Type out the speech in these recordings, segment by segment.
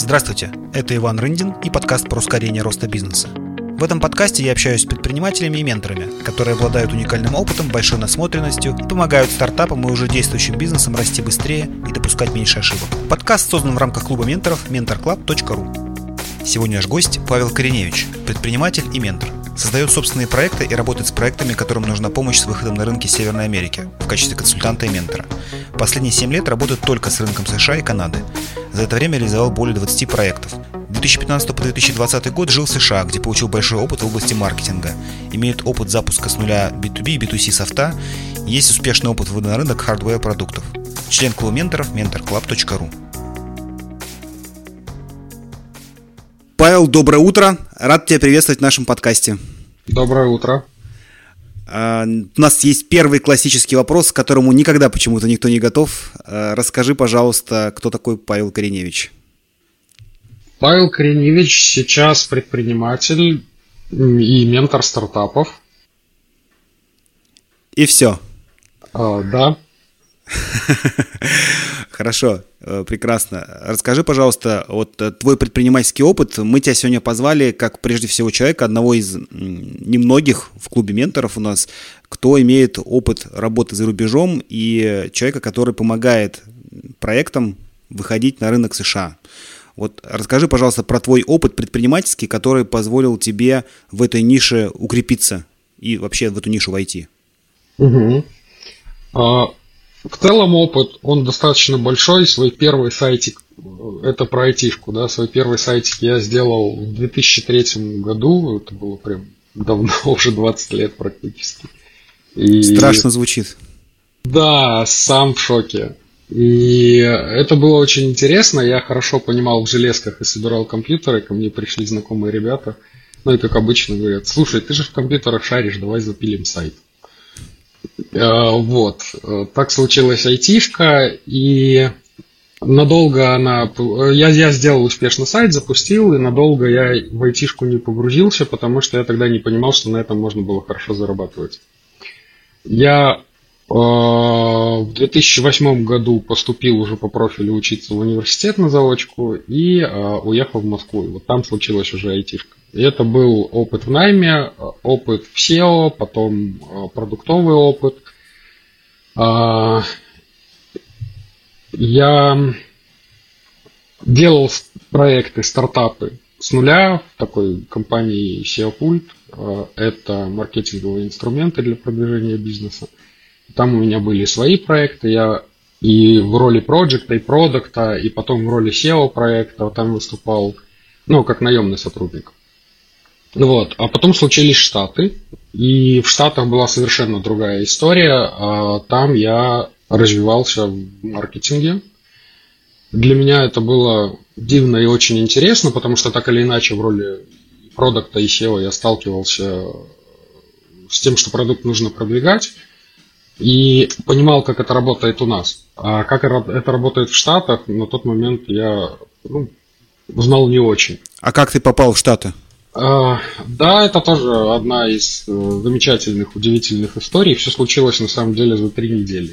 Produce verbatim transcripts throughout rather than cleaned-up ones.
Здравствуйте, это Иван Рындин и подкаст про ускорение роста бизнеса. В этом подкасте я общаюсь с предпринимателями и менторами, которые обладают уникальным опытом, большой насмотренностью и помогают стартапам и уже действующим бизнесам расти быстрее и допускать меньше ошибок. Подкаст создан в рамках клуба менторов ментор клаб точка ру. Сегодня наш гость Павел Кореневич, предприниматель и ментор. Создает собственные проекты и работает с проектами, которым нужна помощь с выходом на рынки Северной Америки в качестве консультанта и ментора. Последние семь лет работает только с рынком США и Канады. За это время реализовал более двадцати проектов. две тысячи пятнадцатый по две тысячи двадцатый год жил в США, где получил большой опыт в области маркетинга. Имеет опыт запуска с нуля би ту би и би ту си софта. Есть успешный опыт вывода на рынок хардвер-продуктов. Член клуба менторов ментор клаб точка ру. Павел, доброе утро. Рад тебя приветствовать в нашем подкасте. Доброе утро. Uh, у нас есть первый классический вопрос, к которому никогда почему-то никто не готов. Uh, расскажи, пожалуйста, кто такой Павел Кореневич? Павел Кореневич сейчас предприниматель и ментор стартапов. И все? Uh, да. Хорошо, прекрасно. Расскажи, пожалуйста, вот твой предпринимательский опыт. Мы тебя сегодня позвали как, прежде всего, человека, одного из немногих в клубе менторов у нас, кто имеет опыт работы за рубежом и человека, который помогает проектам выходить на рынок США. Вот расскажи, пожалуйста, про твой опыт предпринимательский, который позволил тебе в этой нише укрепиться и вообще в эту нишу войти. Угу. А... В целом опыт, он достаточно большой. Свой первый сайтик, это про айтишку, да, свой первый сайтик я сделал в две тысячи третьем году. Это было прям давно, уже двадцать лет практически. И... Страшно звучит. Да, сам в шоке. И это было очень интересно. Я хорошо понимал в железках и собирал компьютеры. Ко мне пришли знакомые ребята. Ну и как обычно говорят: слушай, ты же в компьютерах шаришь, давай запилим сайт. Вот, так случилась айтишка, и надолго она... Я, я сделал успешно сайт, запустил, и надолго я в айтишку не погрузился, потому что я тогда не понимал, что на этом можно было хорошо зарабатывать. Я э, в две тысячи восьмом году поступил уже по профилю учиться в университет на заочку и э, уехал в Москву. И вот там случилась уже айтишка. И это был опыт в найме, опыт в сео, потом продуктовый опыт. Я делал проекты, стартапы с нуля в такой компании SEOPult. Это маркетинговые инструменты для продвижения бизнеса. Там у меня были свои проекты. Я и в роли проекта, и продукта, и потом в роли сео проекта там выступал, ну, как наемный сотрудник. Вот. А потом случились Штаты, и в Штатах была совершенно другая история. Там я развивался в маркетинге. Для меня это было дивно и очень интересно, потому что так или иначе в роли продукта и сео я сталкивался с тем, что продукт нужно продвигать, и понимал, как это работает у нас. А как это работает в Штатах, на тот момент я ну, знал не очень. А как ты попал в Штаты? Да, это тоже одна из замечательных, удивительных историй. Все случилось на самом деле за три недели.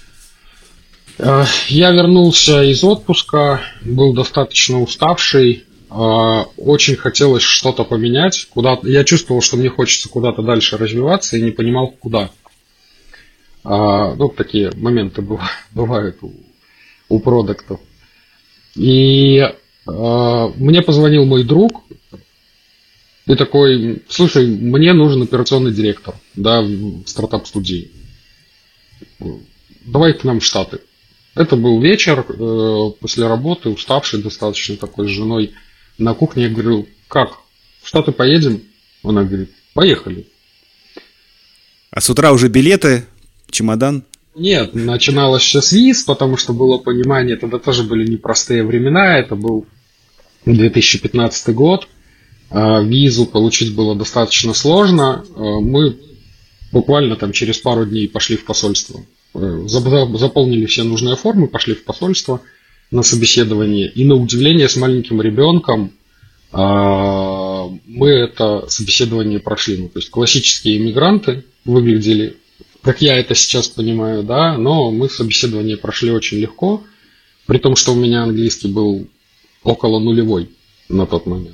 Я вернулся из отпуска, был достаточно уставший, очень хотелось что-то поменять. Куда я чувствовал, что мне хочется куда-то дальше развиваться и не понимал, куда. Ну, такие моменты бывают у, у продуктов. И мне позвонил мой друг. И такой: слушай, мне нужен операционный директор, да, в стартап-студии. Давай к нам в Штаты. Это был вечер э, после работы, уставший достаточно такой, с женой на кухне. Я говорю: как, в Штаты поедем? Она говорит: поехали. А с утра уже билеты, чемодан? Нет, начиналось все с виз, потому что было понимание, тогда тоже были непростые времена, это был две тысячи пятнадцатый год. Визу получить было достаточно сложно. Мы буквально там через пару дней пошли в посольство. Заполнили все нужные формы, пошли в посольство на собеседование. И на удивление с маленьким ребенком мы это собеседование прошли. Ну, то есть классические иммигранты выглядели, как я это сейчас понимаю, да, но мы собеседование прошли очень легко. При том, что у меня английский был около нулевой на тот момент.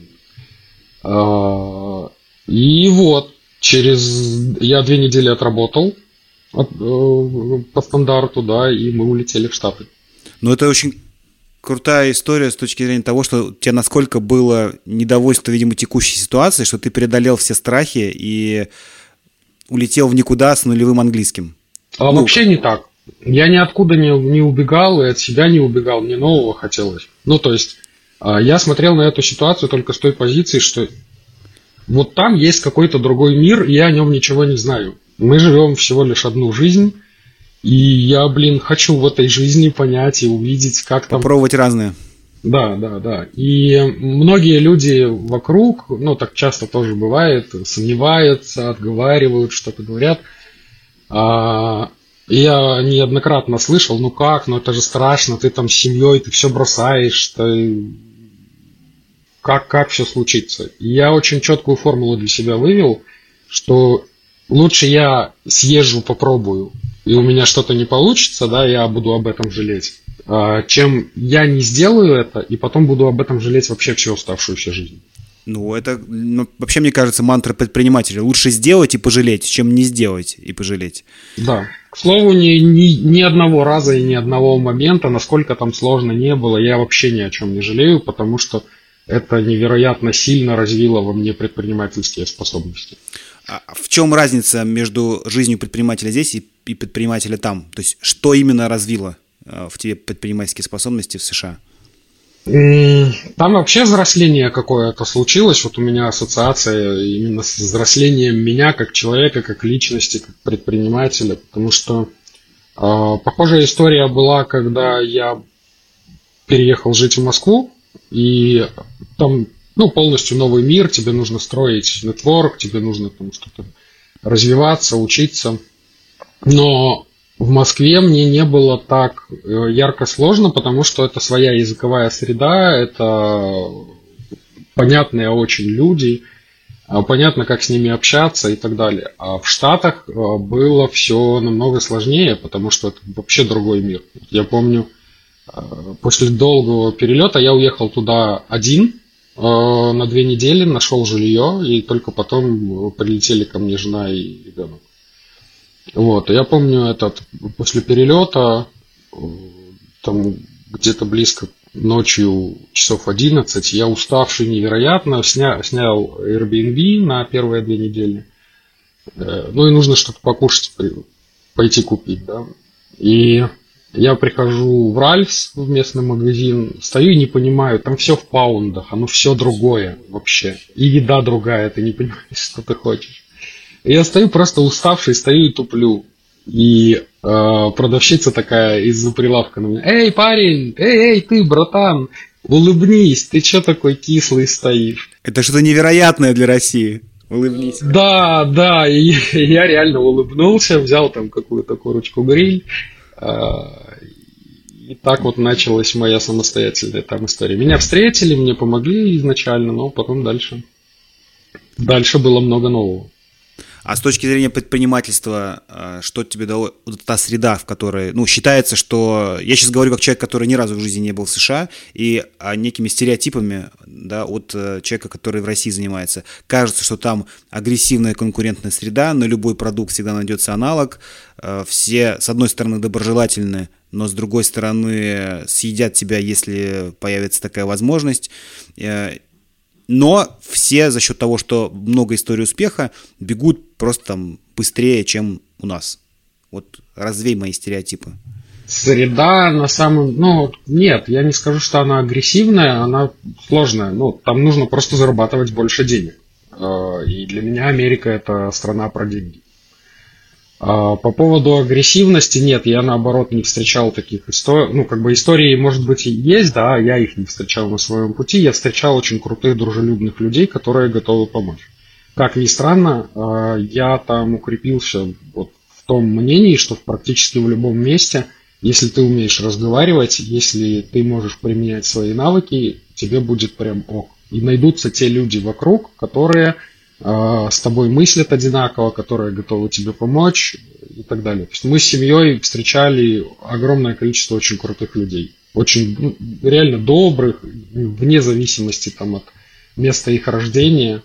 И вот, через... Я две недели отработал от, по стандарту, да, и мы улетели в Штаты. Ну, это очень крутая история с точки зрения того, что у тебя насколько было недовольство, видимо, текущей ситуации, что ты преодолел все страхи и улетел в никуда с нулевым английским. А ну, вообще не так. Я ниоткуда не, не убегал и от себя не убегал, мне нового хотелось. Ну, то есть, я смотрел на эту ситуацию только с той позиции, что вот там есть какой-то другой мир, и я о нем ничего не знаю. Мы живем всего лишь одну жизнь, и я, блин, хочу в этой жизни понять и увидеть, как там... Попробовать разное. Да, да, да. И многие люди вокруг, ну, так часто тоже бывает, сомневаются, отговаривают, что-то говорят. А я неоднократно слышал, ну как, ну это же страшно, ты там с семьей, ты все бросаешь, ты... Как, как все случится. И я очень четкую формулу для себя вывел, что лучше я съезжу, попробую, и у меня что-то не получится, да, я буду об этом жалеть, чем я не сделаю это, и потом буду об этом жалеть вообще всю оставшуюся жизнь. Ну, это ну, вообще, мне кажется, мантра предпринимателя. Лучше сделать и пожалеть, чем не сделать и пожалеть. Да. К слову, ни, ни, ни одного раза и ни одного момента, насколько там сложно не было, я вообще ни о чем не жалею, потому что это невероятно сильно развило во мне предпринимательские способности. А в чем разница между жизнью предпринимателя здесь и, и предпринимателя там? То есть, что именно развило в тебе предпринимательские способности в США? Там вообще взросление какое-то случилось. Вот у меня ассоциация именно с взрослением меня как человека, как личности, как предпринимателя. Потому что э, похожая история была, когда я переехал жить в Москву. И там ну, полностью новый мир, тебе нужно строить нетворк, тебе нужно там что-то развиваться, учиться. Но в Москве мне не было так ярко сложно, потому что это своя языковая среда, это понятные очень люди, понятно, как с ними общаться и так далее. А в Штатах было все намного сложнее, потому что это вообще другой мир. Я помню, после долгого перелета я уехал туда один на две недели, нашел жилье, и только потом прилетели ко мне жена и ребенок. Вот, я помню этот, после перелета, там где-то близко ночью часов одиннадцать, я уставший невероятно, сня, снял Airbnb на первые две недели. Ну и нужно что-то покушать, пойти купить, да. И я прихожу в Ральфс, в местный магазин, стою и не понимаю, там все в паундах, оно все другое вообще. И еда другая, ты не понимаешь, что ты хочешь. И я стою просто уставший, стою и туплю. И э, продавщица такая из-за прилавка на меня: «Эй, парень, эй, эй, ты, братан, улыбнись, ты че такой кислый стоишь?» Это что-то невероятное для России. Улыбнись. Да, да, и я реально улыбнулся, взял там какую-то курочку-гриль. И так вот началась моя самостоятельная там история. Меня встретили, мне помогли изначально, но потом дальше. Дальше было много нового. А с точки зрения предпринимательства, что тебе дало вот та среда, в которой, ну, считается, что, я сейчас говорю как человек, который ни разу в жизни не был в США, и некими стереотипами, да, от человека, который в России занимается, кажется, что там агрессивная конкурентная среда, на любой продукт всегда найдется аналог, все, с одной стороны, доброжелательны, но с другой стороны, съедят тебя, если появится такая возможность. Но все за счет того, что много историй успеха, бегут просто там быстрее, чем у нас. Вот развей мои стереотипы. Среда на самом... Ну, нет, я не скажу, что она агрессивная, она сложная. Ну, там нужно просто зарабатывать больше денег. И для меня Америка – это страна про деньги. А по поводу агрессивности, нет, я наоборот не встречал таких историй. Ну, как бы истории, может быть, и есть, да, я их не встречал на своем пути. Я встречал очень крутых, дружелюбных людей, которые готовы помочь. Как ни странно, я там укрепился вот в том мнении, что практически в любом месте, если ты умеешь разговаривать, если ты можешь применять свои навыки, тебе будет прям ок. И найдутся те люди вокруг, которые... с тобой мыслят одинаково, которые готовы тебе помочь и так далее. То есть мы с семьей встречали огромное количество очень крутых людей. очень ну, реально добрых, вне зависимости там, от места их рождения.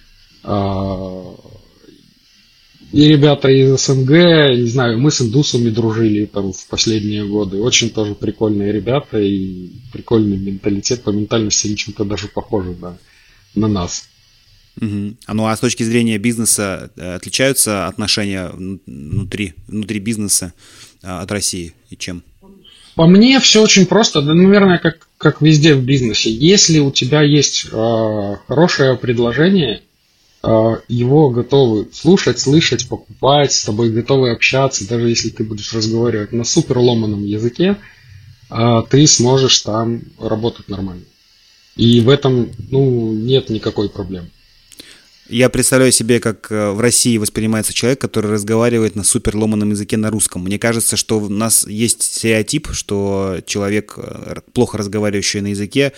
И ребята из СНГ, не знаю, мы с индусами дружили там в последние годы. Очень тоже прикольные ребята и прикольный менталитет. По ментальности они чем-то даже похожи да, на нас. Угу. А ну а с точки зрения бизнеса отличаются отношения внутри, внутри бизнеса от России и чем? По мне все очень просто, да, наверное, как, как везде в бизнесе. Если у тебя есть э, хорошее предложение, э, его готовы слушать, слышать, покупать, с тобой готовы общаться, даже если ты будешь разговаривать на супер ломаном языке, э, ты сможешь там работать нормально. И в этом ну, нет никакой проблемы. Я представляю себе, как в России воспринимается человек, который разговаривает на супер ломаном языке на русском. Мне кажется, что у нас есть стереотип, что человек, плохо разговаривающий на языке,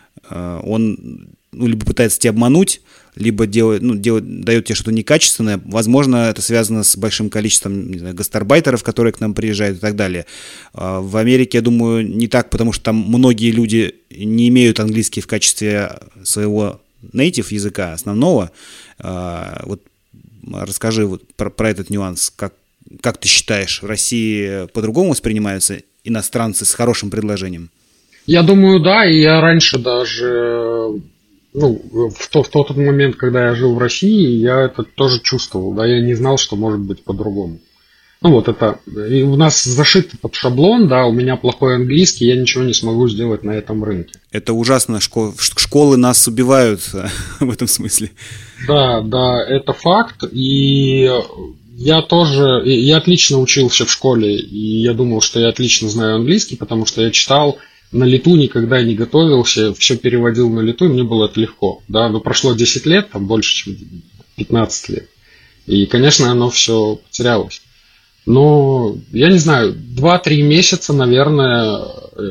он ну, либо пытается тебя обмануть, либо делает, ну, делает, дает тебе что-то некачественное. Возможно, это связано с большим количеством, не знаю, гастарбайтеров, которые к нам приезжают и так далее. В Америке, я думаю, не так, потому что там многие люди не имеют английский в качестве своего native языка основного. Вот расскажи вот про, про этот нюанс. Как, как ты считаешь, в России по-другому воспринимаются иностранцы с хорошим предложением? Я думаю, да, и я раньше даже, ну, в, то, в тот момент, когда я жил в России, я это тоже чувствовал, да, я не знал, что может быть по-другому. Ну вот это, и у нас зашит этот шаблон, да, у меня плохой английский, я ничего не смогу сделать на этом рынке. Это ужасно, школ, школы нас убивают в этом смысле. Да, да, это факт, и я тоже, я отлично учился в школе, и я думал, что я отлично знаю английский, потому что я читал на лету, никогда не готовился, все переводил на лету, и мне было это легко, да, но прошло десять лет, там больше, чем пятнадцать лет, и, конечно, оно все потерялось. Но, я не знаю, два-три месяца, наверное,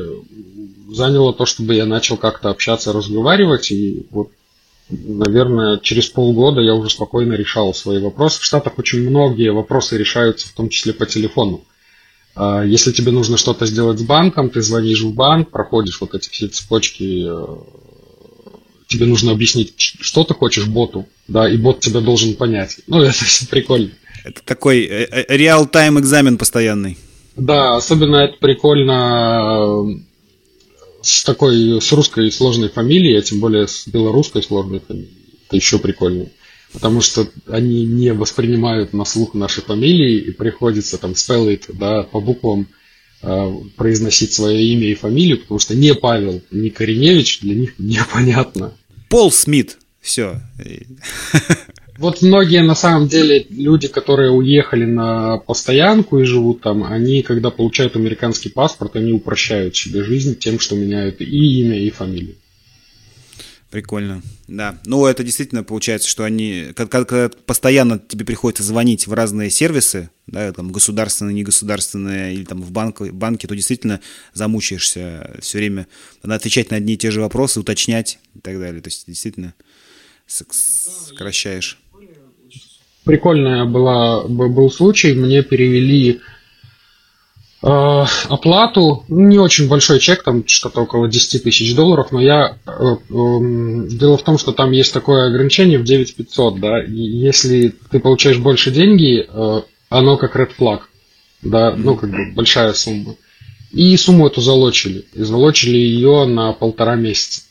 заняло то, чтобы я начал как-то общаться, разговаривать. И вот, наверное, через полгода я уже спокойно решал свои вопросы. В Штатах очень многие вопросы решаются, в том числе по телефону. Если тебе нужно что-то сделать с банком, ты звонишь в банк, проходишь вот эти все цепочки, тебе нужно объяснить, что ты хочешь боту, да, и бот тебя должен понять. Ну, это все прикольно. Это такой реал-тайм экзамен постоянный. Да, особенно это прикольно с такой, с русской сложной фамилией, а тем более с белорусской сложной фамилией. Это еще прикольнее. Потому что они не воспринимают на слух наши фамилии, и приходится там spell it, да, по буквам э, произносить свое имя и фамилию, потому что не Павел, не Кореневич для них непонятно. Пол Смит, все. Вот многие, на самом деле, люди, которые уехали на постоянку и живут там, они, когда получают американский паспорт, они упрощают себе жизнь тем, что меняют и имя, и фамилию. Прикольно, да. Ну, это действительно получается, что они, когда, когда постоянно тебе приходится звонить в разные сервисы, да, там, государственные, негосударственные, или там в банк, банке, то действительно замучаешься все время. Надо отвечать на одни и те же вопросы, уточнять и так далее. То есть, действительно, сокращаешь. Прикольная была, был случай, мне перевели э, оплату, не очень большой чек, там что-то около десять тысяч долларов, но я, э, э, дело в том, что там есть такое ограничение в девять тысяч пятьсот, да, и если ты получаешь больше деньги, э, оно как red flag, да, ну как бы большая сумма, и сумму эту залочили, и залочили ее на полтора месяца.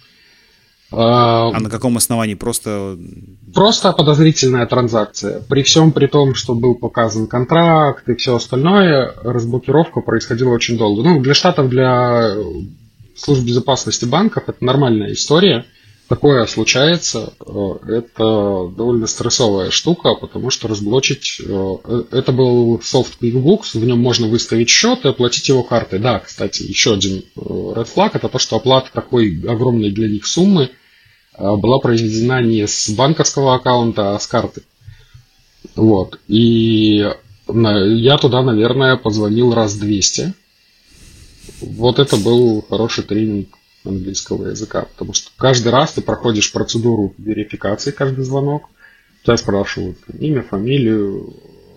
А на каком основании? Просто... Просто подозрительная транзакция. При всем при том, что был показан контракт и все остальное, разблокировка происходила очень долго. Ну, для штатов, для служб безопасности банков это нормальная история. Такое случается. Это довольно стрессовая штука, потому что разблочить... Это был софт QuickBooks, в нем можно выставить счет и оплатить его картой. Да, кстати, еще один red flag, это то, что оплата такой огромной для них суммы была произведена не с банковского аккаунта, а с карты. Вот. И я туда, наверное, позвонил раз двести. Вот это был хороший тренинг английского языка, потому что каждый раз ты проходишь процедуру верификации, каждый звонок. Тебя спрашивают имя, фамилию,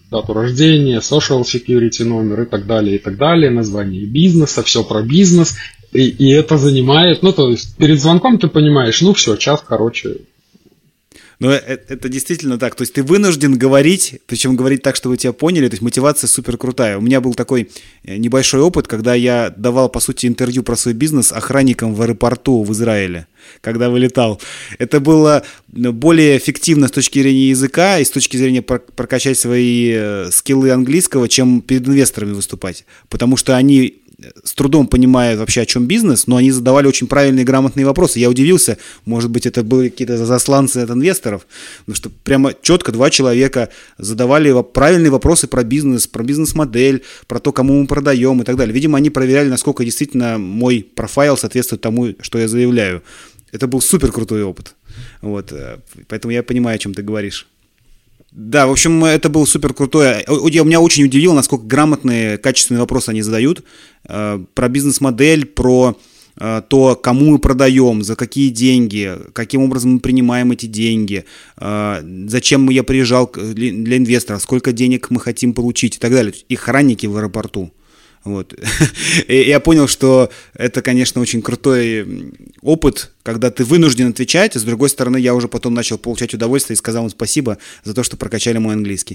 дату рождения, social security номер и так далее, и так далее, название бизнеса, все про бизнес. И, и это занимает, ну, то есть перед звонком ты понимаешь, ну, все, час, короче. Но это, это действительно так. То есть ты вынужден говорить, причем говорить так, чтобы тебя поняли. То есть мотивация супер крутая. У меня был такой небольшой опыт, когда я давал, по сути, интервью про свой бизнес охранникам в аэропорту в Израиле, когда вылетал. Это было более эффективно с точки зрения языка и с точки зрения прокачать свои скиллы английского, чем перед инвесторами выступать. Потому что они с трудом понимают вообще, о чем бизнес, но они задавали очень правильные, грамотные вопросы. Я удивился, может быть, это были какие-то засланцы от инвесторов, потому что прямо четко два человека задавали правильные вопросы про бизнес, про бизнес-модель, про то, кому мы продаем и так далее. Видимо, они проверяли, насколько действительно мой профайл соответствует тому, что я заявляю. Это был супер крутой опыт. Вот. Поэтому я понимаю, о чем ты говоришь. Да, в общем, это было супер крутое. Меня очень удивило, насколько грамотные, качественные вопросы они задают. Про бизнес-модель, про то, кому мы продаем, за какие деньги, каким образом мы принимаем эти деньги, зачем я приезжал для инвестора, сколько денег мы хотим получить и так далее. Их охранники в аэропорту. Вот. И я понял, что это, конечно, очень крутой опыт, когда ты вынужден отвечать, а с другой стороны, я уже потом начал получать удовольствие и сказал им спасибо за то, что прокачали мой английский.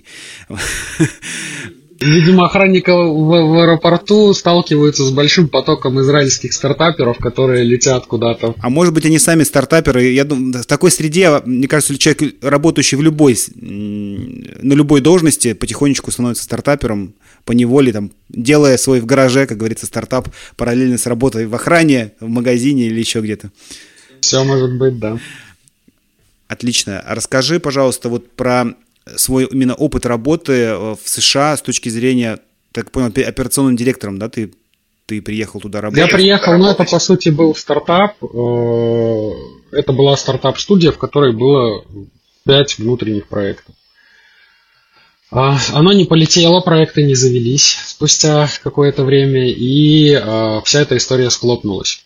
Видимо, охранники в, в аэропорту сталкиваются с большим потоком израильских стартаперов, которые летят куда-то. А может быть, они сами стартаперы. Я думаю, в такой среде, мне кажется, человек, работающий в любой, на любой должности, потихонечку становится стартапером по неволе, там, делая свой в гараже, как говорится, стартап, параллельно с работой в охране, в магазине или еще где-то. Все может быть, да. Отлично. Расскажи, пожалуйста, вот про свой именно опыт работы в США с точки зрения, так понял, операционным директором, да, ты, ты приехал туда работать? Я приехал, но это, по сути, был стартап. Это была стартап-студия, в которой было пять внутренних проектов. Оно не полетело, проекты не завелись спустя какое-то время, и вся эта история схлопнулась.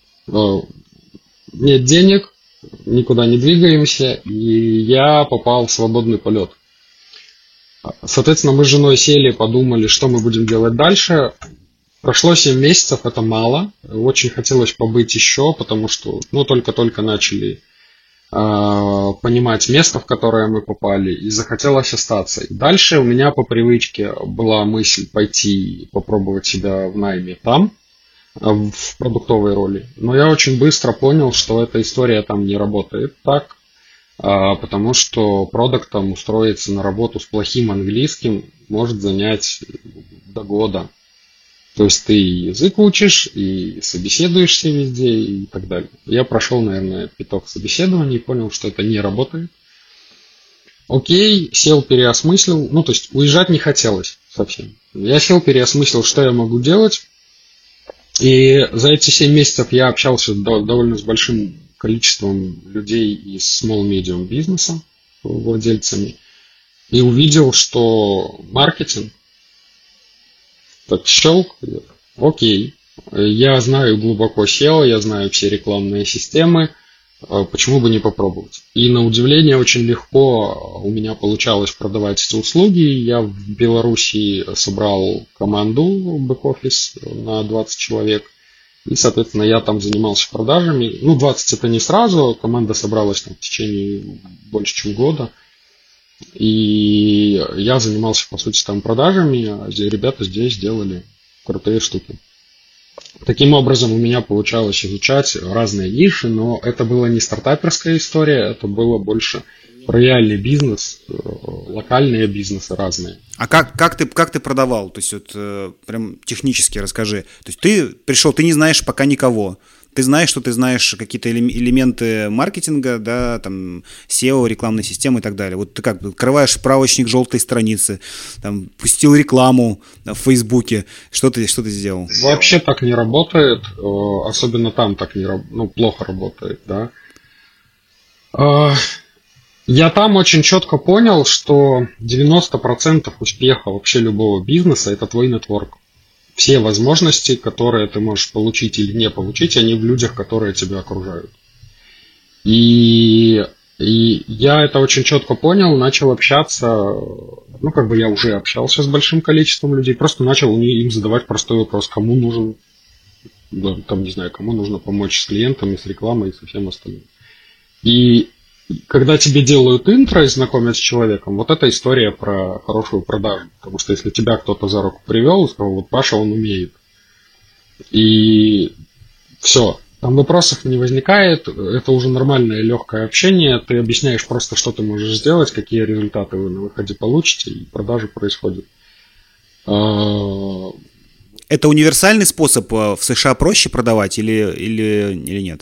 Нет денег, никуда не двигаемся, и я попал в свободный полет. Соответственно, мы с женой сели, подумали, что мы будем делать дальше. Прошло семь месяцев, это мало. Очень хотелось побыть еще, потому что ну, только-только начали э, понимать место, в которое мы попали, и захотелось остаться. И дальше у меня по привычке была мысль пойти попробовать себя в найме там, в продуктовой роли. Но я очень быстро понял, что эта история там не работает так, потому что продуктом устроиться на работу с плохим английским может занять до года. То есть ты язык учишь, и собеседуешься везде, и так далее. Я прошел, наверное, пяток собеседований и понял, что это не работает. Окей, сел, переосмыслил. Ну, то есть уезжать не хотелось совсем. Я сел, переосмыслил, что я могу делать. И за эти семь месяцев я общался довольно с большим количеством людей из small-medium бизнеса, владельцами, и увидел, что маркетинг, так щелк, окей, я знаю глубоко сео, я знаю все рекламные системы, почему бы не попробовать. И на удивление очень легко у меня получалось продавать эти услуги. Я в Беларуси собрал команду бэк-офис на двадцать человек. И, соответственно, я там занимался продажами. Ну, двадцать это не сразу. Команда собралась там в течение больше, чем года. И я занимался, по сути, там продажами. А ребята здесь делали крутые штуки. Таким образом, у меня получалось изучать разные ниши, но это была не стартаперская история, это было больше про реальный бизнес, локальные бизнесы разные. А как, как, ты, как ты продавал? То есть, вот, прям технически расскажи. То есть, ты пришел, ты не знаешь пока никого. Ты знаешь, что ты знаешь какие-то элементы маркетинга, да, там, сео, рекламной системы и так далее. Вот ты как, открываешь справочник желтой страницы, там, пустил рекламу в Фейсбуке. Что ты, что ты сделал? Вообще так не работает, особенно там так не, ну, плохо работает, да. Я там очень четко понял, что девяносто процентов успеха вообще любого бизнеса – это твой нетворк. Все возможности, которые ты можешь получить или не получить, они в людях, которые тебя окружают. И И я это очень четко понял, начал общаться, ну, как бы я уже общался с большим количеством людей, просто начал им задавать простой вопрос, кому нужен, да, там, не знаю, кому нужно помочь с клиентами, с рекламой и со всем остальным. И когда тебе делают интро и знакомят с человеком, вот эта история про хорошую продажу. Потому что если тебя кто-то за руку привел и сказал, вот Паша, он умеет. И все, там вопросов не возникает, это уже нормальное легкое общение, ты объясняешь просто, что ты можешь сделать, какие результаты вы на выходе получите, и продажи происходят. Это универсальный способ в США проще продавать или, или, или нет?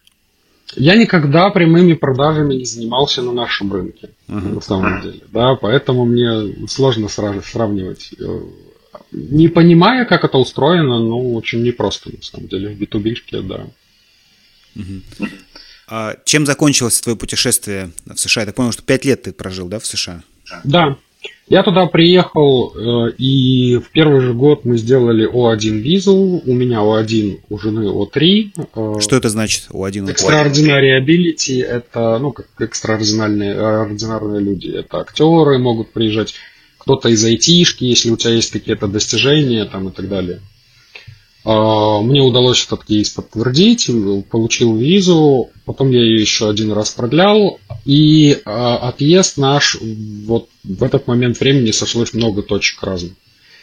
Я никогда прямыми продажами не занимался на нашем рынке, uh-huh. на самом деле, да, поэтому мне сложно сразу сравнивать. Не понимая, как это устроено, ну, очень непросто, на самом деле, в би ту би-шке, да. Uh-huh. А чем закончилось твое путешествие в США? Я так понял, что пять лет ты прожил, да, в США? Да. Я туда приехал, и в первый же год мы сделали о один визу. У меня о один, у жены о три. Что это значит о один? Extraordinary ability – это, ну, как экстраординарные ординарные люди. Это актеры могут приезжать, кто-то из айтишки, если у тебя есть какие-то достижения там, и так далее. Мне удалось этот кейс подтвердить, получил визу, потом я ее еще один раз продлял, и отъезд наш вот в этот момент времени сошлось много точек разных.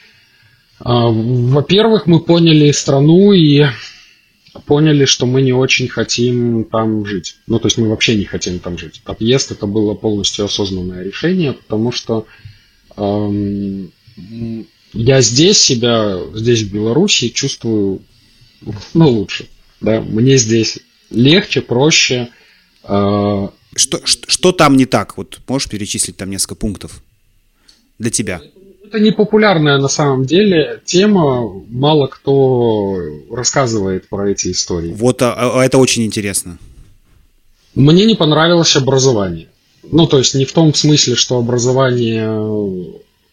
Во-первых, мы поняли страну и поняли, что мы не очень хотим там жить. Ну, то есть мы вообще не хотим там жить. Отъезд это было полностью осознанное решение, потому что эм, я здесь себя, здесь в Беларуси чувствую, ну, лучше. Да? Мне здесь легче, проще. Что, что, что там не так? Вот можешь перечислить там несколько пунктов для тебя? Это не популярная на самом деле тема. Мало кто рассказывает про эти истории. Вот, а, а это очень интересно. Мне не понравилось образование. Ну, то есть не в том смысле, что образование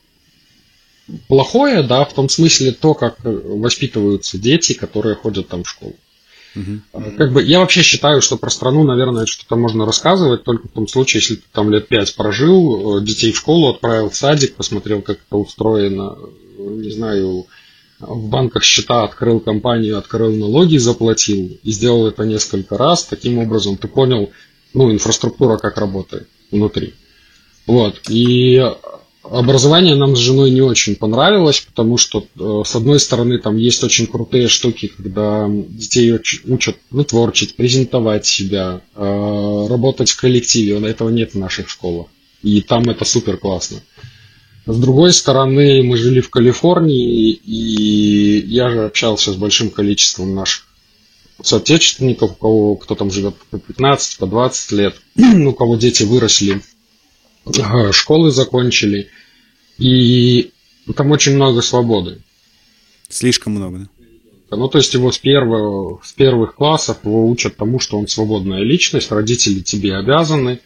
плохое, да, в том смысле то, как воспитываются дети, которые ходят там в школу. Uh-huh. Как бы я вообще считаю, что про страну, наверное, что-то можно рассказывать только в том случае, если ты там лет пять прожил, детей в школу отправил в садик, посмотрел, как это устроено, не знаю, в банках счета открыл компанию, открыл налоги, заплатил и сделал это несколько раз. Таким образом ты понял, ну, инфраструктура как работает внутри. Вот. И образование нам с женой не очень понравилось, потому что, с одной стороны, там есть очень крутые штуки, когда детей учат, ну, творчить, презентовать себя, работать в коллективе. Этого нет в наших школах. И там это супер классно. С другой стороны, мы жили в Калифорнии, и я же общался с большим количеством наших соотечественников, у кого кто там живет по пятнадцать, по двадцать лет, у кого дети выросли, школы закончили, и там очень много свободы. Слишком много, да? Ну, то есть его с первого, с первых классов его учат тому, что он свободная личность, родители тебе обязаны,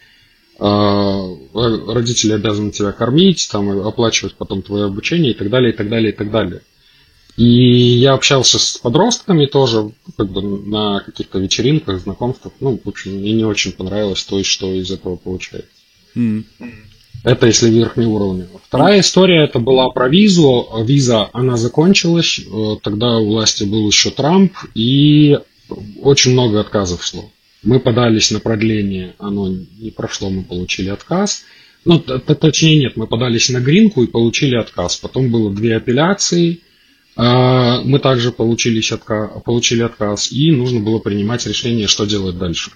родители обязаны тебя кормить, там, оплачивать потом твое обучение и так далее, и так далее, и так далее. И я общался с подростками тоже, как бы на каких-то вечеринках, знакомствах. Ну, в общем, мне не очень понравилось то, что из этого получается. Mm. Это если верхний уровень. Вторая история, это была про визу. Виза, она закончилась. Тогда у власти был еще Трамп, и очень много отказов шло. Мы подались на продление, оно не прошло, мы получили отказ. Ну, точнее нет, мы подались на гринку и получили отказ. Потом было две апелляции. Мы также получили отказ, получили отказ, и нужно было принимать решение, что делать дальше.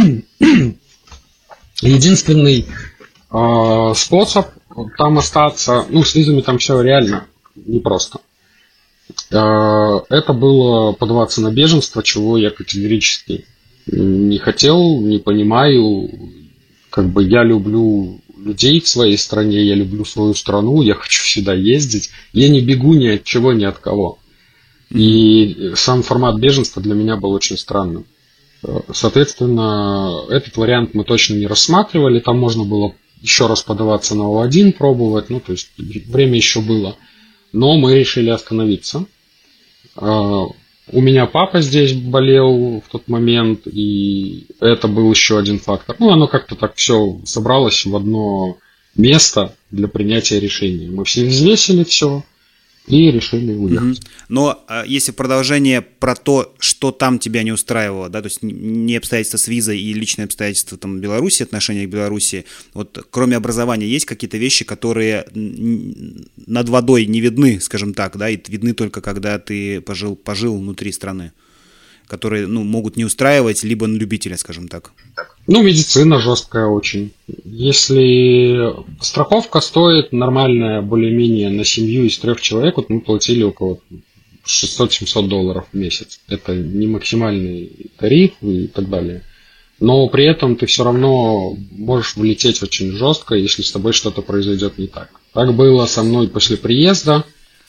Единственный э, способ там остаться, ну, с визами там все реально непросто. Э, это было подаваться на беженство, чего я категорически не хотел, не понимаю. Как бы я люблю людей в своей стране, я люблю свою страну, я хочу сюда ездить. Я не бегу ни от чего, ни от кого. И сам формат беженства для меня был очень странным. Соответственно, этот вариант мы точно не рассматривали. Там можно было еще раз подаваться на о один, пробовать. Ну, то есть время еще было. Но мы решили остановиться. У меня папа здесь болел в тот момент, и это был еще один фактор. Ну, оно как-то так все собралось в одно место для принятия решений. Мы все взвесили все и решили уехать. Угу. Но а, если продолжение про то, что там тебя не устраивало, да, то есть не обстоятельства с визой и личные обстоятельства там Беларуси, отношения к Беларуси, вот кроме образования есть какие-то вещи, которые над водой не видны, скажем так, да, и видны только когда ты пожил, пожил внутри страны, которые, ну, могут не устраивать, либо на любителя, скажем так. Ну, медицина жесткая очень. Если страховка стоит нормальная, более-менее на семью из трех человек, вот мы платили около шестьсот-семьсот долларов в месяц. Это не максимальный тариф и так далее. Но при этом ты все равно можешь влететь очень жестко, если с тобой что-то произойдет не так. Так было со мной после приезда.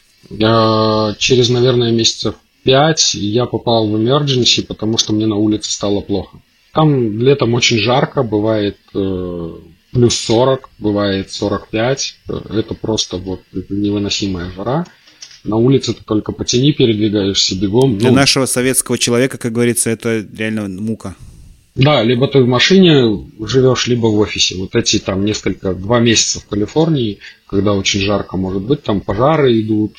Я через, наверное, месяцев пять я попал в emergency, потому что мне на улице стало плохо. Там летом очень жарко, бывает э, плюс сорок, бывает сорок пять. Это просто вот невыносимая жара. На улице ты только по тени передвигаешься бегом. Для ну, нашего советского человека, как говорится, это реально мука. Да, либо ты в машине живешь, либо в офисе. Вот эти там несколько, два месяца в Калифорнии, когда очень жарко может быть, там пожары идут.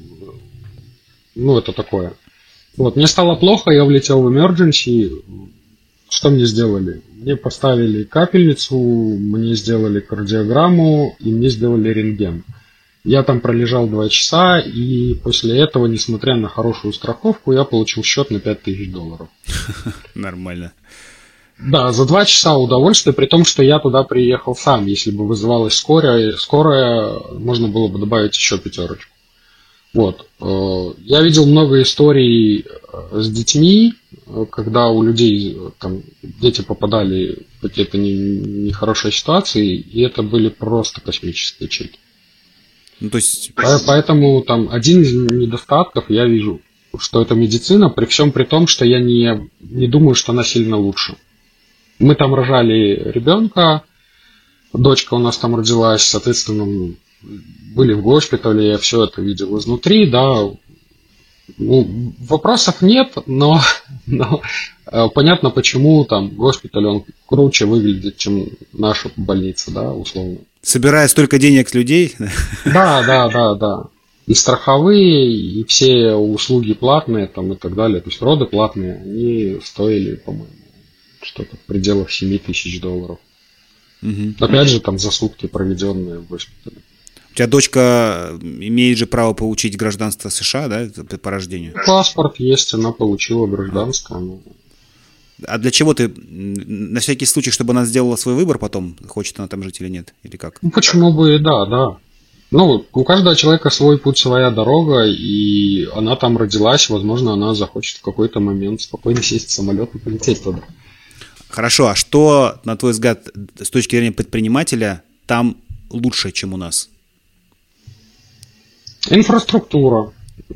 Ну, это такое. Вот, мне стало плохо, я влетел в emergency. Что мне сделали? Мне поставили капельницу, мне сделали кардиограмму и мне сделали рентген. Я там пролежал два часа, и после этого, несмотря на хорошую страховку, я получил счет на пять тысяч долларов. Нормально. Да, за два часа удовольствие, при том, что я туда приехал сам. Если бы вызывалась скорая, скорая, можно было бы добавить еще пятерочку. Вот. Я видел много историй с детьми, когда у людей там дети попадали в какие-то нехорошие ситуации, и это были просто космические чеки. Ну, то есть... Поэтому там один из недостатков я вижу, что это медицина, при всем при том, что я не, не думаю, что она сильно лучше. Мы там рожали ребенка, дочка у нас там родилась, соответственно, были в госпитале, я все это видел изнутри, да. Ну, вопросов нет, но, но э, понятно, почему там госпиталь, он круче выглядит, чем наша больница, да, условно. Собирая столько денег с людей. Да, да, да, да. И страховые, и все услуги платные там и так далее. То есть роды платные, они стоили, по-моему, что-то в пределах семь тысяч долларов. Угу. Опять же, там за сутки проведенные в госпитале. У тебя дочка имеет же право получить гражданство США, да, по рождению? Паспорт есть, она получила гражданское. Но... А для чего ты, на всякий случай, чтобы она сделала свой выбор потом, хочет она там жить или нет, или как? Ну, почему бы и да, да. Ну, у каждого человека свой путь, своя дорога, и она там родилась, возможно, она захочет в какой-то момент спокойно сесть в самолет и полететь туда. Хорошо, а что, на твой взгляд, с точки зрения предпринимателя, там лучше, чем у нас? Инфраструктура.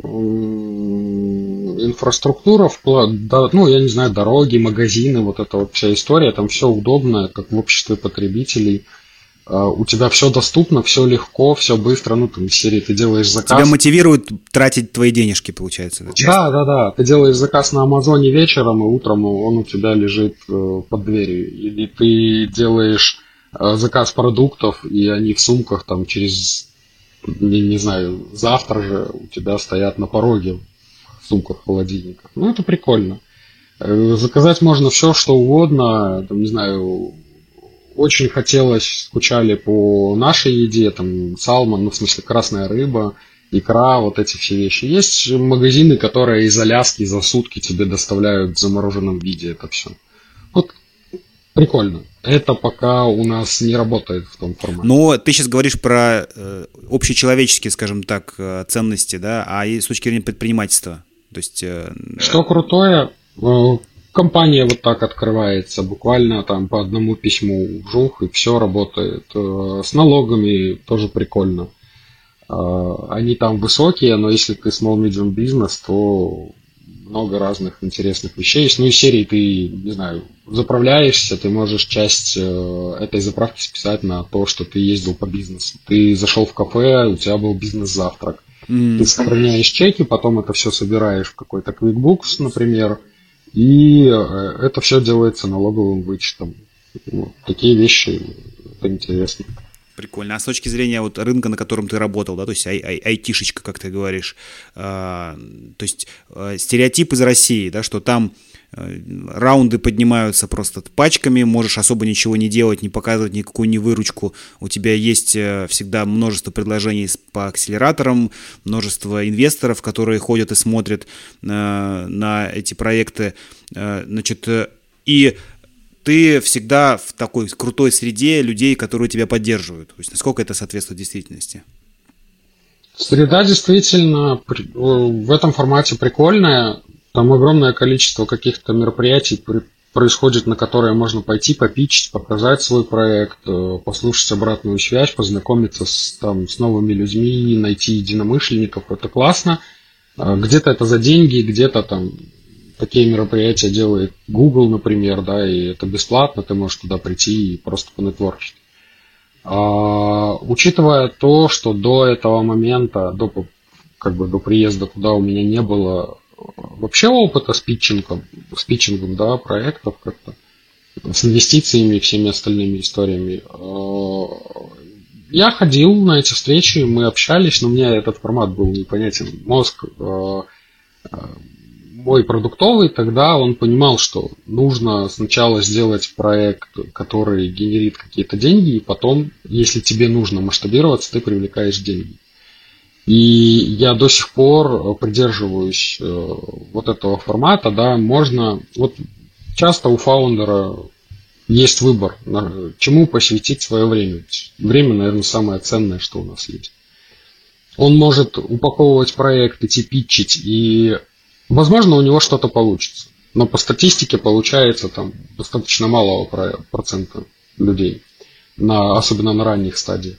Инфраструктура, вплоть до, ну, я не знаю, дороги, магазины, вот эта вот вся история, там все удобно, как в обществе потребителей. У тебя все доступно, все легко, все быстро, ну, там, в серии ты делаешь заказ. Тебя мотивирует тратить твои денежки, получается. Да, да, да, да. Ты делаешь заказ на Амазоне вечером, и утром он у тебя лежит под дверью. Или ты делаешь заказ продуктов, и они в сумках там через... Не, не знаю, завтра же у тебя стоят на пороге в сумках, в холодильниках. Ну, это прикольно. Заказать можно все, что угодно. Там, не знаю, очень хотелось, скучали по нашей еде, там, салмон, ну, в смысле, красная рыба, икра, вот эти все вещи. Есть магазины, которые из Аляски за сутки тебе доставляют в замороженном виде это все. Вот прикольно. Это пока у нас не работает в том формате. Но ты сейчас говоришь про э, общечеловеческие, скажем так, ценности, да, а и с точки зрения предпринимательства. То есть, э, что крутое, э, компания вот так открывается, буквально там по одному письму вжух, и все работает. Э, с налогами тоже прикольно. Э, они там высокие, но если ты small medium business, то много разных интересных вещей есть. Ну, из серии ты, не знаю, заправляешься, ты можешь часть э, этой заправки списать на то, что ты ездил по бизнесу. Ты зашел в кафе, у тебя был бизнес-завтрак. Mm. Ты сохраняешь чеки, потом это все собираешь в какой-то QuickBooks, например, и это все делается налоговым вычетом. Вот. Такие вещи, это интересно. Прикольно. А с точки зрения вот рынка, на котором ты работал, да, то есть ай- ай- айтишечка, как ты говоришь, э, то есть э, стереотип из России, да, что там э, раунды поднимаются просто пачками, можешь особо ничего не делать, не показывать никакую не выручку, у тебя есть э, всегда множество предложений по акселераторам, множество инвесторов, которые ходят и смотрят э, на эти проекты, э, значит, э, и ты всегда в такой крутой среде людей, которые тебя поддерживают. То есть насколько это соответствует действительности? Среда действительно в этом формате прикольная. Там огромное количество каких-то мероприятий происходит, на которые можно пойти, попичить, показать свой проект, послушать обратную связь, познакомиться с, там, с новыми людьми, найти единомышленников. Это классно. Где-то это за деньги, где-то там такие мероприятия делает Google, например, да, и это бесплатно, ты можешь туда прийти и просто понетворкить. А, учитывая то, что до этого момента, до, как бы до приезда туда у меня не было вообще опыта с питчингом, с питчингом, да, проектов как-то, с инвестициями и всеми остальными историями, я ходил на эти встречи, мы общались, но мне этот формат был непонятен. Мозг мой продуктовый, тогда он понимал, что нужно сначала сделать проект, который генерит какие-то деньги, и потом, если тебе нужно масштабироваться, ты привлекаешь деньги. И я до сих пор придерживаюсь вот этого формата, да, можно, вот часто у фаундера есть выбор, чему посвятить свое время. Время, наверное, самое ценное, что у нас есть. Он может упаковывать проект, идти питчить, и возможно, у него что-то получится, но по статистике получается там достаточно малого процента людей, на, особенно на ранних стадиях.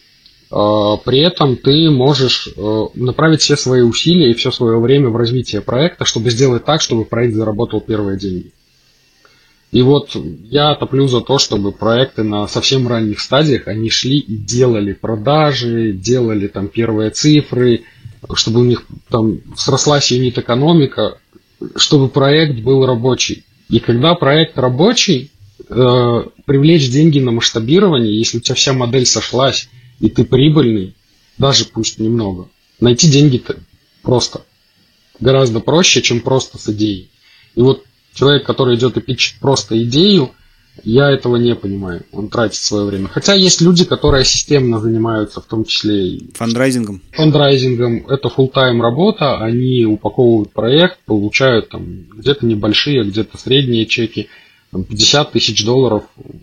При этом ты можешь направить все свои усилия и все свое время в развитие проекта, чтобы сделать так, чтобы проект заработал первые деньги. И вот я топлю за то, чтобы проекты на совсем ранних стадиях, они шли и делали продажи, делали там первые цифры, чтобы у них там срослась юнит-экономика, чтобы проект был рабочий. И когда проект рабочий, э, привлечь деньги на масштабирование, если у тебя вся модель сошлась, и ты прибыльный, даже пусть немного, найти деньги-то просто гораздо проще, чем просто с идеей. И вот человек, который идет и питчит просто идею, я этого не понимаю. Он тратит свое время. Хотя есть люди, которые системно занимаются, в том числе и фандрайзингом. Фандрайзингом. Это фулл-тайм работа. Они упаковывают проект, получают там где-то небольшие, где-то средние чеки. Там, пятьдесят тысяч долларов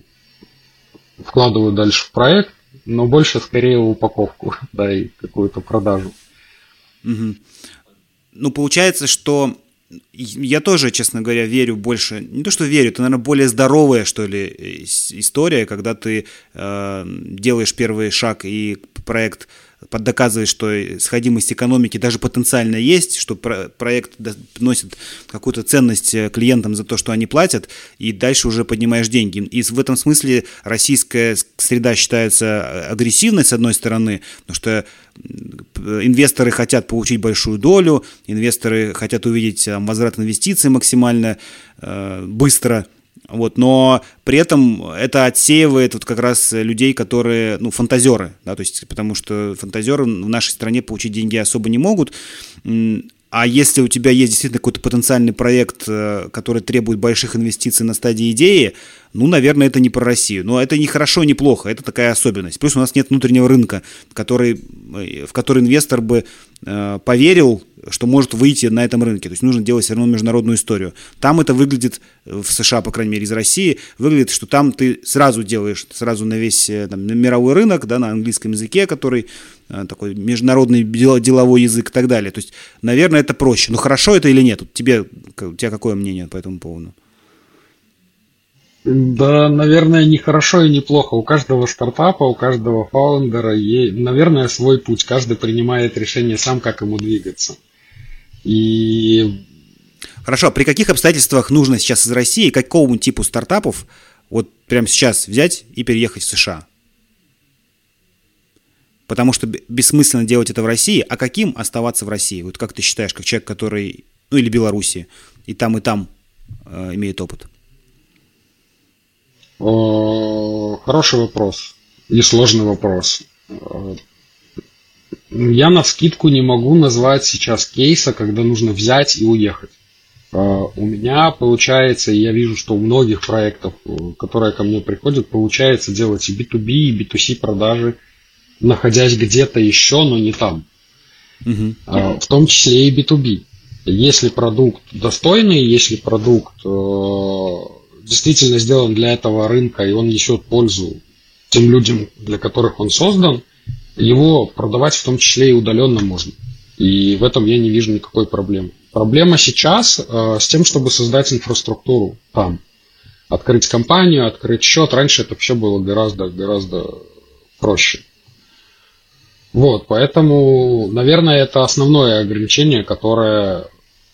вкладывают дальше в проект, но больше скорее в упаковку, да, и какую-то продажу. Угу. Ну, получается, что я тоже, честно говоря, верю больше, не то что верю, это, наверное, более здоровая, что ли, история, когда ты э, делаешь первый шаг и проект доказывает, что сходимость экономики даже потенциально есть, что про- проект приносит какую-то ценность клиентам за то, что они платят, и дальше уже поднимаешь деньги. И в этом смысле российская среда считается агрессивной, с одной стороны, потому что инвесторы хотят получить большую долю, инвесторы хотят увидеть там, возврат инвестиций максимально э, быстро. Вот, но при этом это отсеивает вот как раз людей, которые, ну, фантазеры, да, то есть, потому что фантазеры в нашей стране получить деньги особо не могут, а если у тебя есть действительно какой-то потенциальный проект, который требует больших инвестиций на стадии идеи, ну, наверное, это не про Россию, но это не хорошо, не плохо, это такая особенность. Плюс у нас нет внутреннего рынка, который, в который инвестор бы э, поверил, что может выйти на этом рынке. То есть нужно делать все равно международную историю. Там это выглядит, в США, по крайней мере, из России, выглядит, что там ты сразу делаешь, сразу на весь там, на мировой рынок, да, на английском языке, который э, такой международный деловой язык и так далее. То есть, наверное, это проще. Но хорошо это или нет? Вот тебе, у тебя какое мнение по этому поводу? Да, наверное, не хорошо и не плохо. У каждого стартапа, у каждого фаундера есть, наверное, свой путь. Каждый принимает решение сам, как ему двигаться. И... Хорошо, а при каких обстоятельствах нужно сейчас из России какому типу стартапов вот прямо сейчас взять и переехать в США? потому что бессмысленно делать это в России, а каким оставаться в России? Вот как ты считаешь, как человек, который, ну или Беларуси, и там, и там э, имеет опыт? Хороший вопрос и сложный вопрос. Я навскидку не могу назвать сейчас кейса, когда нужно взять и уехать. У меня получается, и я вижу, что у многих проектов, которые ко мне приходят, получается делать и би ту би, и би ту си продажи, находясь где-то еще, но не там. Угу. В том числе и би ту би. Если продукт достойный, если продукт действительно сделан для этого рынка, и он несет пользу тем людям, для которых он создан, его продавать в том числе и удаленно можно. И в этом я не вижу никакой проблемы. Проблема сейчас э, с тем, чтобы создать инфраструктуру там. Открыть компанию, открыть счет. Раньше это все было гораздо-гораздо проще. Вот, поэтому, наверное, это основное ограничение, которое,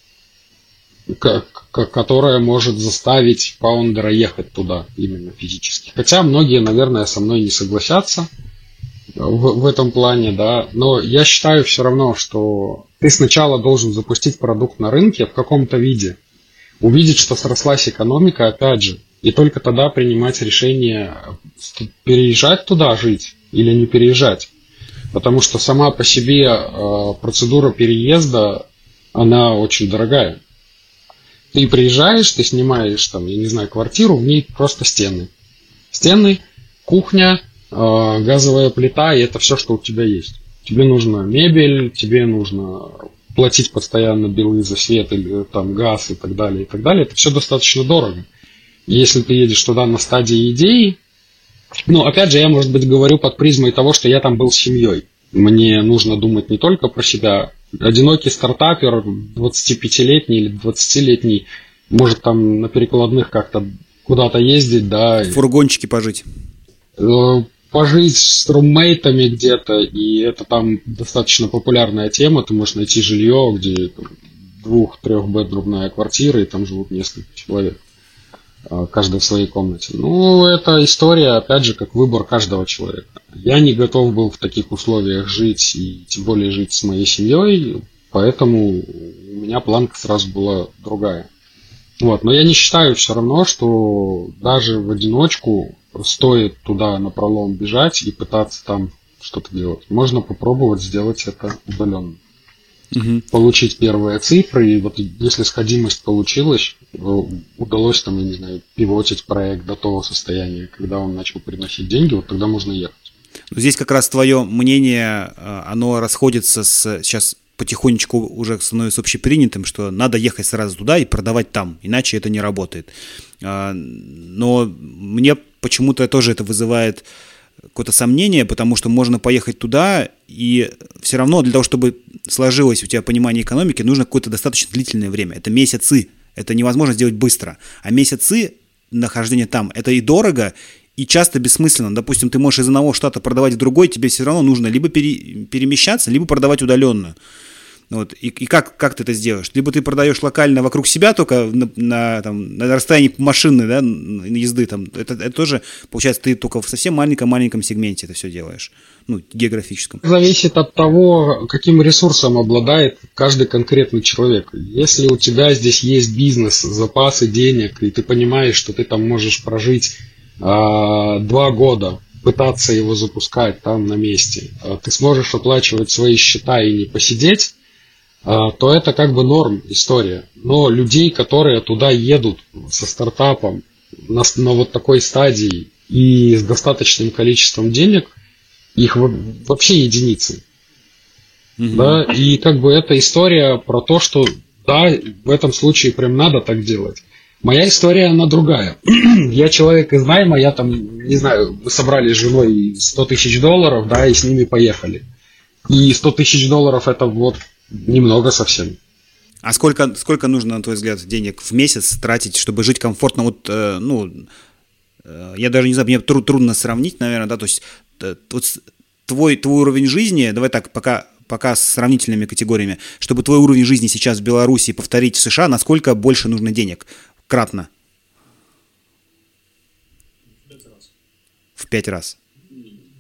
которое может заставить фаундера ехать туда именно физически. Хотя многие, наверное, со мной не согласятся в, в этом плане, да, но я считаю все равно, что ты сначала должен запустить продукт на рынке в каком-то виде, увидеть, что срослась экономика, опять же, и только тогда принимать решение, переезжать туда жить или не переезжать. Потому что сама по себе э, процедура переезда, она очень дорогая. Ты приезжаешь, ты снимаешь, там, я не знаю, квартиру, в ней просто стены. Стены, кухня, э, газовая плита, и это все, что у тебя есть. Тебе нужна мебель, тебе нужно платить постоянно билы за свет, или там газ и так далее, и так далее. Это все достаточно дорого. Если ты едешь туда на стадии идеи, ну, опять же, я, может быть, говорю под призмой того, что я там был с семьей. Мне нужно думать не только про себя. Одинокий стартапер, двадцатипятилетний или двадцатилетний, может там на перекладных как-то куда-то ездить, да. В фургончике пожить. Пожить с руммейтами где-то, и это там достаточно популярная тема. Ты можешь найти жилье, где двух-трехбедрумная квартира, и там живут несколько человек. Каждый в своей комнате. Ну, это история, опять же, как выбор каждого человека. Я не готов был в таких условиях жить, и тем более жить с моей семьей, поэтому у меня планка сразу была другая. Вот. Но я не считаю все равно, что даже в одиночку стоит туда напролом бежать и пытаться там что-то делать. Можно попробовать сделать это удаленно. Угу. Получить первые цифры, и вот если сходимость получилась, удалось там, я не знаю, пивотить проект до того состояния, когда он начал приносить деньги, вот тогда можно ехать. Здесь как раз твое мнение, оно расходится с, сейчас потихонечку уже становится общепринятым, что надо ехать сразу туда и продавать там, иначе это не работает. Но мне почему-то тоже это вызывает какое-то сомнение, потому что можно поехать туда, и все равно для того, чтобы сложилось у тебя понимание экономики, нужно какое-то достаточно длительное время. Это месяцы. Это невозможно сделать быстро. А месяцы нахождения там, это и дорого, и часто бессмысленно. Допустим, ты можешь из одного штата продавать в другой, тебе все равно нужно либо пере, перемещаться, либо продавать удаленно. Вот. И, и как, как ты это сделаешь? Либо ты продаешь локально вокруг себя только на, на, там, на расстоянии машины, да, езды. Там. Это, это тоже, получается, ты только в совсем маленьком-маленьком сегменте это все делаешь, ну, географическом. Зависит от того, каким ресурсом обладает каждый конкретный человек. Если у тебя здесь есть бизнес, запасы денег, и ты понимаешь, что ты там можешь прожить а, два года, пытаться его запускать там на месте, а ты сможешь оплачивать свои счета и не посидеть, то это как бы норм история. Но людей, которые туда едут со стартапом на, на вот такой стадии и с достаточным количеством денег, их вообще единицы. Mm-hmm. Да? И как бы эта история про то, что да, в этом случае прям надо так делать. Моя история, она другая. Я человек из найма, я там, не знаю, мы собрали с женой сто тысяч долларов, да, и с ними поехали. И сто тысяч долларов это вот немного совсем. А сколько, сколько нужно, на твой взгляд, денег в месяц тратить, чтобы жить комфортно? Вот, э, ну, э, я даже не знаю, мне труд, трудно сравнить, наверное, да, то есть э, вот твой, твой уровень жизни, давай так, пока, пока с сравнительными категориями, чтобы твой уровень жизни сейчас в Беларуси повторить в США, насколько больше нужно денег? Кратно? В пять раз. В пять раз.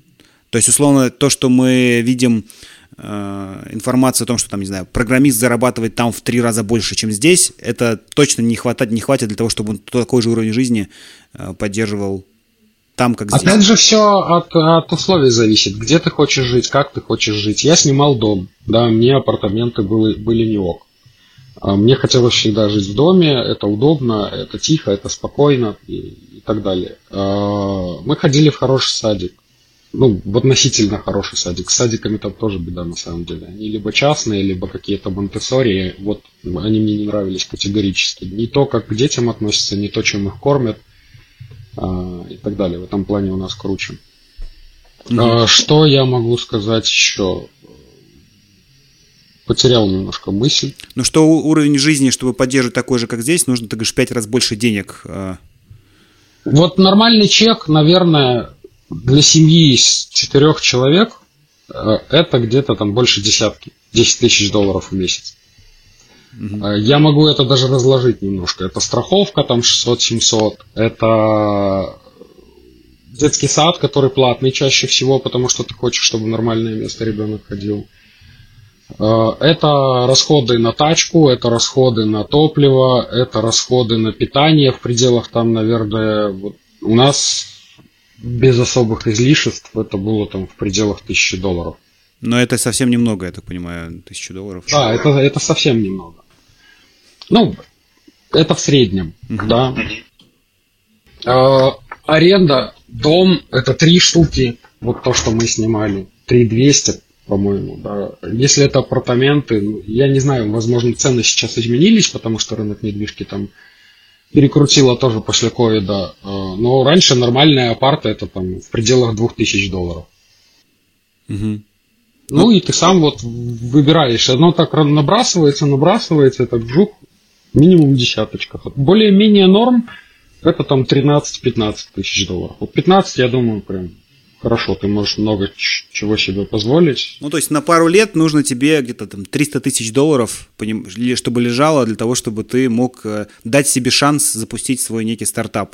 То есть, условно, то, что мы видим э, информацию о том, что там, не знаю, программист зарабатывает там в три раза больше, чем здесь, это точно не хватает, не хватит для того, чтобы он такой же уровень жизни э, поддерживал там, как здесь. Опять же, все от, от условий зависит. Где ты хочешь жить, как ты хочешь жить. Я снимал дом, да, мне апартаменты были, были не ок. Мне хотелось всегда жить в доме, это удобно, это тихо, это спокойно и, и так далее. Мы ходили в хороший садик, ну, в относительно хороший садик. С садиками там тоже беда на самом деле. Они либо частные, либо какие-то монтессори, вот они мне не нравились категорически. Не то, как к детям относятся, не то, чем их кормят. И так далее. В этом плане у нас круче. Mm-hmm. Что я могу сказать еще? Потерял немножко мысль. Ну что уровень жизни, чтобы поддерживать такой же, как здесь, нужно, ты говоришь, в пять раз больше денег. Вот нормальный чек, наверное, для семьи из четырех человек это где-то там больше десятки. десять тысяч долларов в месяц. Uh-huh. Я могу это даже разложить немножко. Это страховка там шестьсот-семьсот, это детский сад, который платный чаще всего, потому что ты хочешь, чтобы в нормальное место ребенок ходил. Это расходы на тачку, это расходы на топливо, это расходы на питание в пределах там, наверное, вот у нас без особых излишеств это было там в пределах тысячи долларов. Но это совсем немного, я так понимаю, тысячу долларов. Да, это, это совсем немного. Ну, это в среднем, uh-huh. да. А, аренда, дом, это три штуки, вот то, что мы снимали, три тысячи двести, по-моему, да. Если это апартаменты, я не знаю, возможно, цены сейчас изменились, потому что рынок недвижки там перекрутило тоже после ковида, но раньше нормальная апарта это там в пределах двух тысяч долларов. Uh-huh. Ну и ты сам вот выбираешь. Оно так набрасывается, набрасывается, это вжух, минимум десяточка. Более-менее норм это там тринадцать-пятнадцать тысяч долларов. Вот пятнадцать, я думаю, прям хорошо, ты можешь много чего себе позволить. Ну, то есть на пару лет нужно тебе где-то там триста тысяч долларов, чтобы лежало для того, чтобы ты мог дать себе шанс запустить свой некий стартап.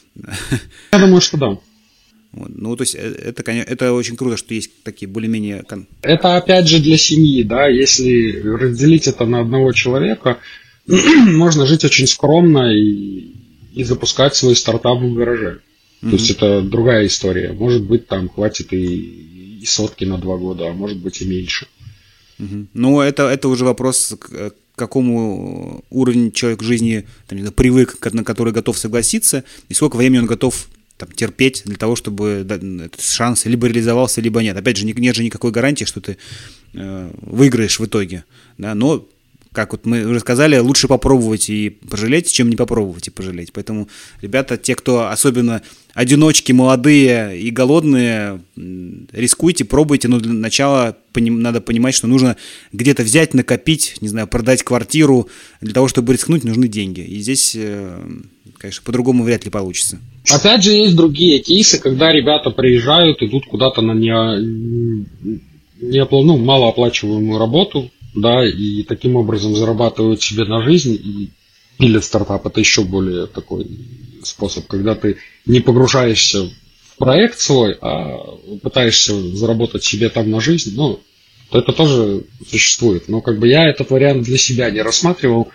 Я думаю, что да. Вот. Ну, то есть это, конечно, это очень круто, что есть такие более-менее... Это опять же для семьи, да, если разделить это на одного человека, можно жить очень скромно и, и запускать свой стартап в гараже. Mm-hmm. То есть это другая история. Может быть, там хватит и, и сотки на два года, а может быть и меньше. Mm-hmm. Ну, это, это уже вопрос, к какому уровню человек жизни там, привык, на который готов согласиться, и сколько времени он готов там, терпеть для того, чтобы этот шанс либо реализовался, либо нет. Опять же, нет же никакой гарантии, что ты э, выиграешь в итоге. Да? Но, как вот мы уже сказали, лучше попробовать и пожалеть, чем не попробовать и пожалеть. Поэтому, ребята, те, кто особенно одиночки, молодые и голодные, рискуйте, пробуйте, но для начала поним, надо понимать, что нужно где-то взять, накопить, не знаю, продать квартиру. Для того, чтобы рискнуть, нужны деньги. И здесь, конечно, по-другому вряд ли получится. Опять же, есть другие кейсы, когда ребята приезжают, идут куда-то на не, не, ну, малооплачиваемую работу, да, и таким образом зарабатывают себе на жизнь и пилят стартап. Это еще более такой способ, когда ты не погружаешься в проект свой, а пытаешься заработать себе там на жизнь, ну, то это тоже существует. Но как бы я этот вариант для себя не рассматривал,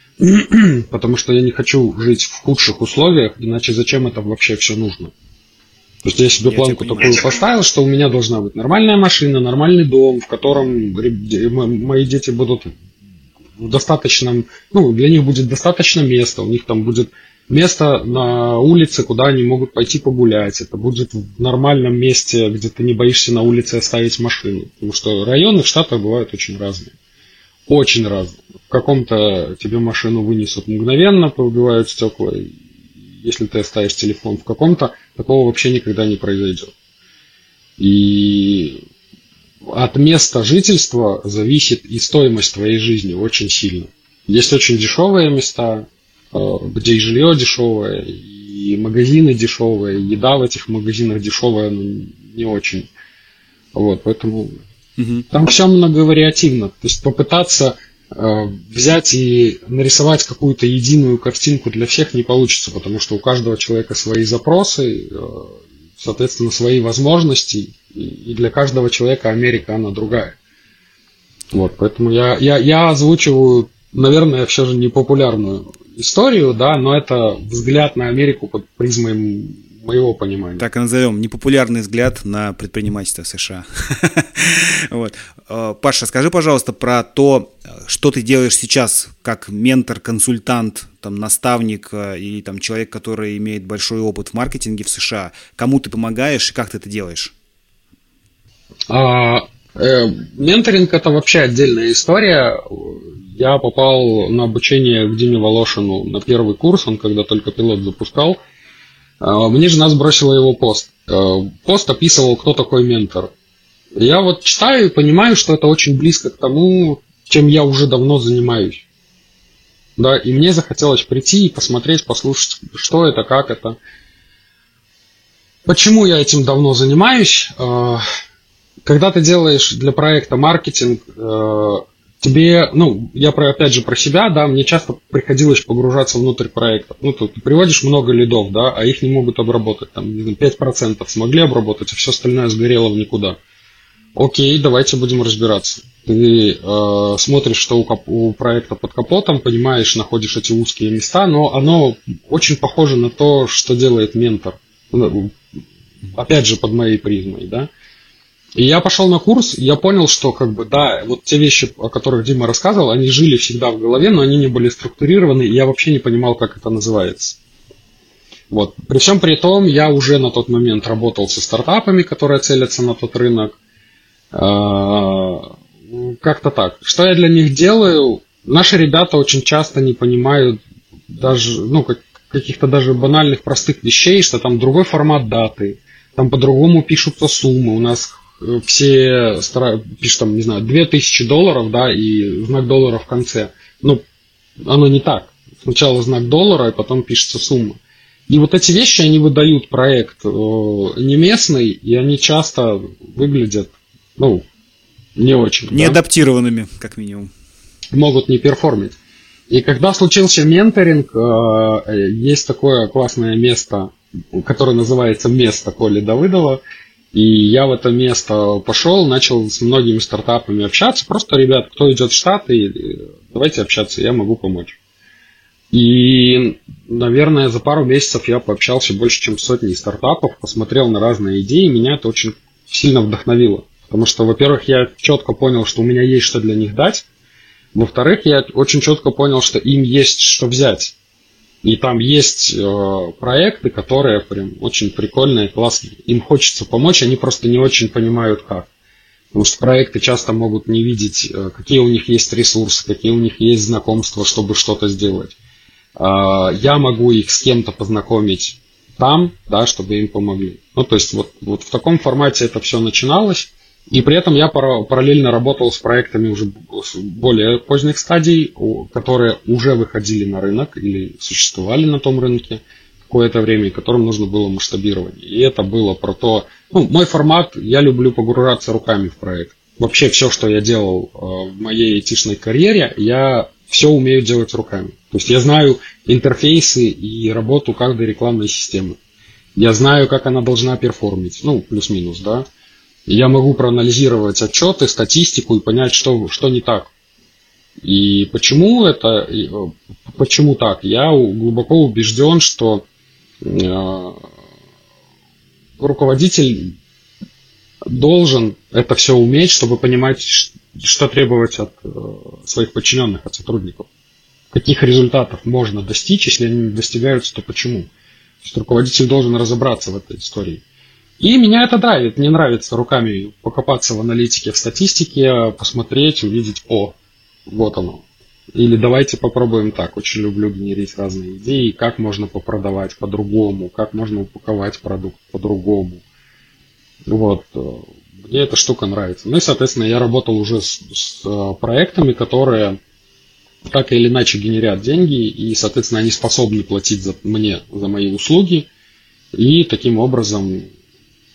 потому что я не хочу жить в худших условиях, иначе зачем это вообще все нужно? То есть я себе я планку такую понимаю. Поставил, что у меня должна быть нормальная машина, нормальный дом, в котором мои дети будут в достаточном, ну, для них будет достаточно места, у них там будет место на улице, куда они могут пойти погулять, это будет в нормальном месте, где ты не боишься на улице оставить машину, потому что районы в Штатах бывают очень разные. Очень разные. В каком-то тебе машину вынесут мгновенно, поубивают стекла, если ты оставишь телефон. В каком-то такого вообще никогда не произойдет. И от места жительства зависит и стоимость твоей жизни очень сильно. Есть очень дешевые места, где и жилье дешевое, и магазины дешевые, и еда в этих магазинах дешевая, но не очень. Вот, поэтому... Угу. Там все многовариативно. То есть попытаться э, взять и нарисовать какую-то единую картинку для всех не получится, потому что у каждого человека свои запросы, э, соответственно, свои возможности, и для каждого человека Америка, она другая. Вот, поэтому я, я, я озвучиваю, наверное, все же непопулярную историю, да, но это взгляд на Америку под призмой моего понимания. Так и назовем, непопулярный взгляд на предпринимательство в США. Вот. Паша, скажи, пожалуйста, про то, что ты делаешь сейчас как ментор, консультант, там, наставник и там, человек, который имеет большой опыт в маркетинге в США. Кому ты помогаешь и как ты это делаешь? А, э, менторинг – это вообще отдельная история. Я попал на обучение к Диме Волошину на первый курс, он когда только пилот запускал. Мне жена сбросила его пост. Пост описывал, кто такой ментор. Я вот читаю и понимаю, что это очень близко к тому, чем я уже давно занимаюсь. Да, и мне захотелось прийти и посмотреть, послушать, что это, как это. Почему я этим давно занимаюсь? Когда ты делаешь для проекта маркетинг, тебе, ну, я про, опять же про себя, да, мне часто приходилось погружаться внутрь проекта. Ну, ты приводишь много лидов, да, а их не могут обработать. Там пять процентов смогли обработать, а все остальное сгорело в никуда. Окей, давайте будем разбираться. Ты э, смотришь, что у, кап- у проекта под капотом, понимаешь, находишь эти узкие места, но оно очень похоже на то, что делает ментор. Опять же, под моей призмой, да. И я пошел на курс, и я понял, что как бы, да, вот те вещи, о которых Дима рассказывал, они жили всегда в голове, но они не были структурированы, и я вообще не понимал, как это называется. Вот. При всем при том, я уже на тот момент работал со стартапами, которые целятся на тот рынок. Как-то так. Что я для них делаю? Наши ребята очень часто не понимают даже, ну, каких-то даже банальных простых вещей, что там другой формат даты, там по-другому пишутся суммы. У нас все пишут, там, не знаю, две тысячи долларов, да, и знак доллара в конце. Ну, оно не так. Сначала знак доллара, и потом пишется сумма. И вот эти вещи, они выдают проект не местный, и они часто выглядят, ну, не очень. Не да? адаптированными, как минимум. Могут не перформить. И когда случился менторинг, есть такое классное место, которое называется «Место» Коли Давыдова. И я в это место пошел, начал с многими стартапами общаться. Просто, ребят, кто идет в Штаты, давайте общаться, я могу помочь. И, наверное, за пару месяцев я пообщался больше, чем с сотней стартапов, посмотрел на разные идеи, меня это очень сильно вдохновило. Потому что, во-первых, я четко понял, что у меня есть что для них дать. Во-вторых, я очень четко понял, что им есть что взять. И там есть э, проекты, которые прям очень прикольные, классные. Им хочется помочь, они просто не очень понимают как. Потому что проекты часто могут не видеть, э, какие у них есть ресурсы, какие у них есть знакомства, чтобы что-то сделать. Э, я могу их с кем-то познакомить там, да, чтобы им помогли. Ну, то есть вот, вот в таком формате это все начиналось. И при этом я параллельно работал с проектами уже более поздних стадий, которые уже выходили на рынок или существовали на том рынке какое-то время, которым нужно было масштабирование. И это было про то, ну, мой формат, я люблю погружаться руками в проект. Вообще все, что я делал в моей айтишной карьере, я все умею делать руками. То есть я знаю интерфейсы и работу каждой рекламной системы. Я знаю, как она должна перформить, ну, плюс-минус, да. Я могу проанализировать отчеты, статистику и понять, что, что не так. И почему это, почему так? Я глубоко убежден, что э, руководитель должен это все уметь, чтобы понимать, что требовать от э, своих подчиненных, от сотрудников. Каких результатов можно достичь, если они не достигаются, то почему? То есть руководитель должен разобраться в этой истории. И меня это драйвит. Мне нравится руками покопаться в аналитике, в статистике, посмотреть, увидеть, о, вот оно. Или давайте попробуем так. Очень люблю генерить разные идеи, как можно попродавать по-другому, как можно упаковать продукт по-другому. Вот. Мне эта штука нравится. Ну и, соответственно, я работал уже с, с проектами, которые так или иначе генерят деньги, и, соответственно, они способны платить за, мне за мои услуги. И таким образом...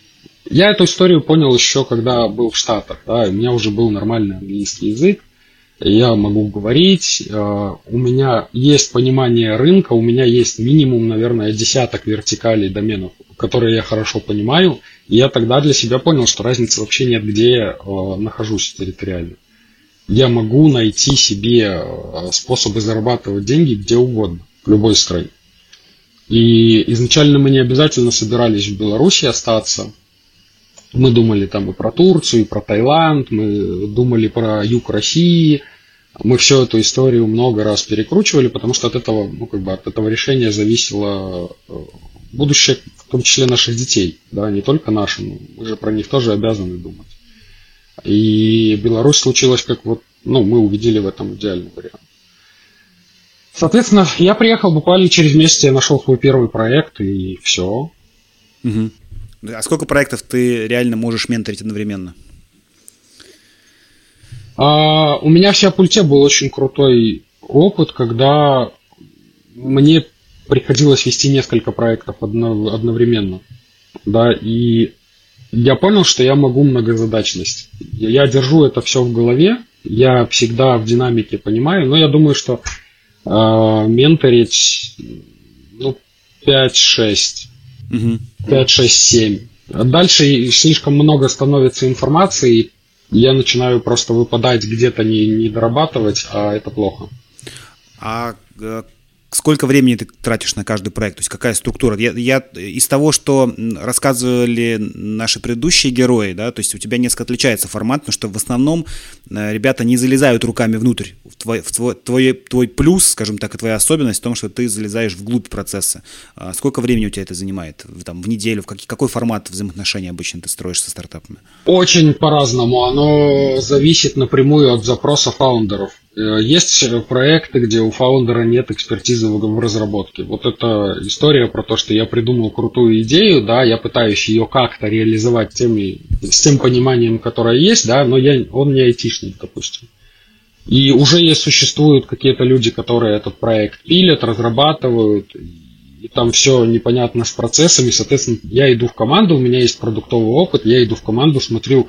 Я эту историю понял еще, когда был в Штатах. Да, у меня уже был нормальный английский язык. я могу говорить, у меня есть понимание рынка, у меня есть минимум, наверное, десяток вертикалей доменов, которые я хорошо понимаю, и я тогда для себя понял, что разницы вообще нет, где я нахожусь территориально. Я могу найти себе способы зарабатывать деньги где угодно, в любой стране. И изначально мы не обязательно собирались в Беларуси остаться. Мы думали там и про Турцию, и про Таиланд, мы думали про юг России. Мы всю эту историю много раз перекручивали, потому что от этого, ну, как бы от этого решения зависело будущее, в том числе наших детей, да, не только нашим, мы же про них тоже обязаны думать. И Беларусь случилась как вот, ну, мы увидели в этом идеальный вариант. Соответственно, я приехал буквально через месяц, я нашел свой первый проект, и все. Угу. А сколько проектов ты реально можешь менторить одновременно? А, у меня в Сеопульте был очень крутой опыт, когда мне приходилось вести несколько проектов одно, одновременно. Да, и я понял, что я могу многозадачность. Я держу это все в голове, я всегда в динамике понимаю, но я думаю, что э, менторить ну, пять-шесть, угу. пять-шесть-семь. А дальше слишком много становится информации, и я начинаю просто выпадать, где-то не, не дорабатывать, а это плохо. А сколько времени ты тратишь на каждый проект? То есть какая структура? Я, я из того, что рассказывали наши предыдущие герои, да, то есть у тебя несколько отличается формат, потому что в основном ребята не залезают руками внутрь. В твой, в твой, твой, твой плюс, скажем так, и твоя особенность в том, что ты залезаешь вглубь процесса. А сколько времени у тебя это занимает? Там, в неделю? В какой, какой формат взаимоотношений обычно ты строишь со стартапами? Очень по-разному. Оно зависит напрямую от запроса фаундеров. Есть проекты, где у фаундера нет экспертизы в разработке. Вот это история про то, что я придумал крутую идею, да, я пытаюсь ее как-то реализовать теми, с тем пониманием, которое есть, да, но я, он не айтишник, допустим. И уже есть, существуют какие-то люди, которые этот проект пилят, разрабатывают, и там все непонятно с процессами, соответственно, я иду в команду, у меня есть продуктовый опыт, я иду в команду, смотрю,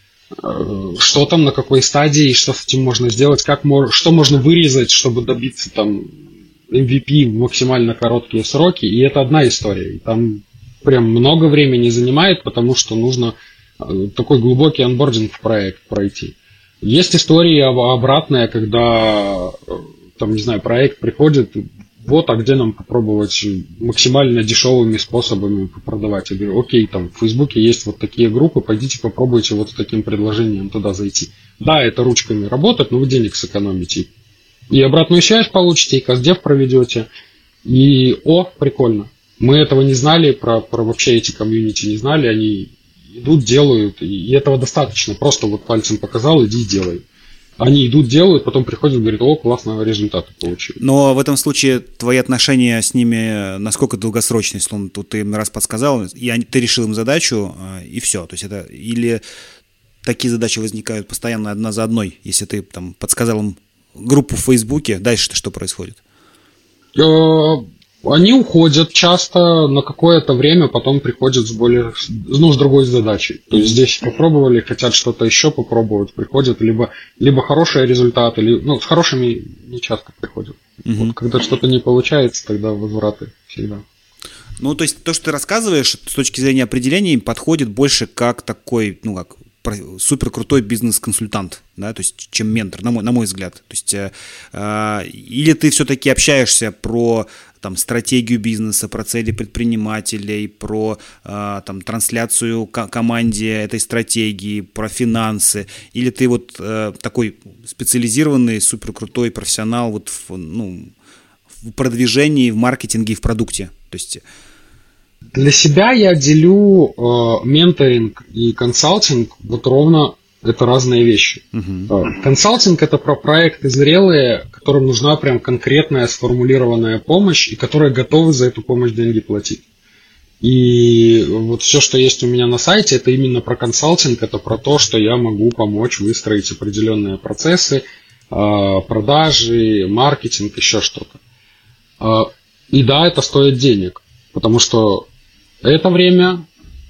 что там, на какой стадии, что с этим можно сделать, как мож, что можно вырезать, чтобы добиться там эм ви пи в максимально короткие сроки, и это одна история. И там прям много времени занимает, потому что нужно такой глубокий онбординг в проект пройти. Есть истории обратные, когда там, не знаю, проект приходит, вот, а где нам попробовать максимально дешевыми способами продавать? Я говорю, окей, там в Фейсбуке есть вот такие группы, пойдите попробуйте вот с таким предложением туда зайти. Да, это ручками работает, но вы денег сэкономите. И обратную связь получите, и каздев проведете. И, о, прикольно. Мы этого не знали, про, про вообще эти комьюнити не знали, они идут, делают, и этого достаточно. Просто вот пальцем показал, иди и делай. Они идут, делают, потом приходят и говорят, о, классного результата получили. Но в этом случае твои отношения с ними насколько долгосрочные? Словно тут ты им раз подсказал, и они, ты решил им задачу, и все. То есть это или такие задачи возникают постоянно одна за одной, если ты там подсказал им группу в Фейсбуке, дальше-то что происходит? Они уходят часто на какое-то время, потом приходят с более, ну, с другой задачей. То есть здесь попробовали, хотят что-то еще попробовать, приходят либо, либо хорошие результаты, либо, ну, с хорошими не часто приходят. Угу. Вот, когда что-то не получается, тогда возвраты всегда. Ну, то есть то, что ты рассказываешь, с точки зрения определения, им подходит больше как такой, ну, как супер крутой бизнес-консультант, да, то есть чем ментор, на мой, на мой взгляд. То есть э, э, или ты все-таки общаешься про там стратегию бизнеса, про цели предпринимателей, про э, там трансляцию к- команде этой стратегии, про финансы, или ты вот э, такой специализированный, супер крутой профессионал вот в, ну, в продвижении, в маркетинге и в продукте, то есть. Для себя я делю э, менторинг и консалтинг вот ровно это разные вещи. Uh-huh. Консалтинг это про проекты зрелые, которым нужна прям конкретная сформулированная помощь и которые готовы за эту помощь деньги платить. И вот все, что есть у меня на сайте, это именно про консалтинг, это про то, что я могу помочь выстроить определенные процессы, э, продажи, маркетинг, еще что-то. Э, и да, это стоит денег, потому что это время,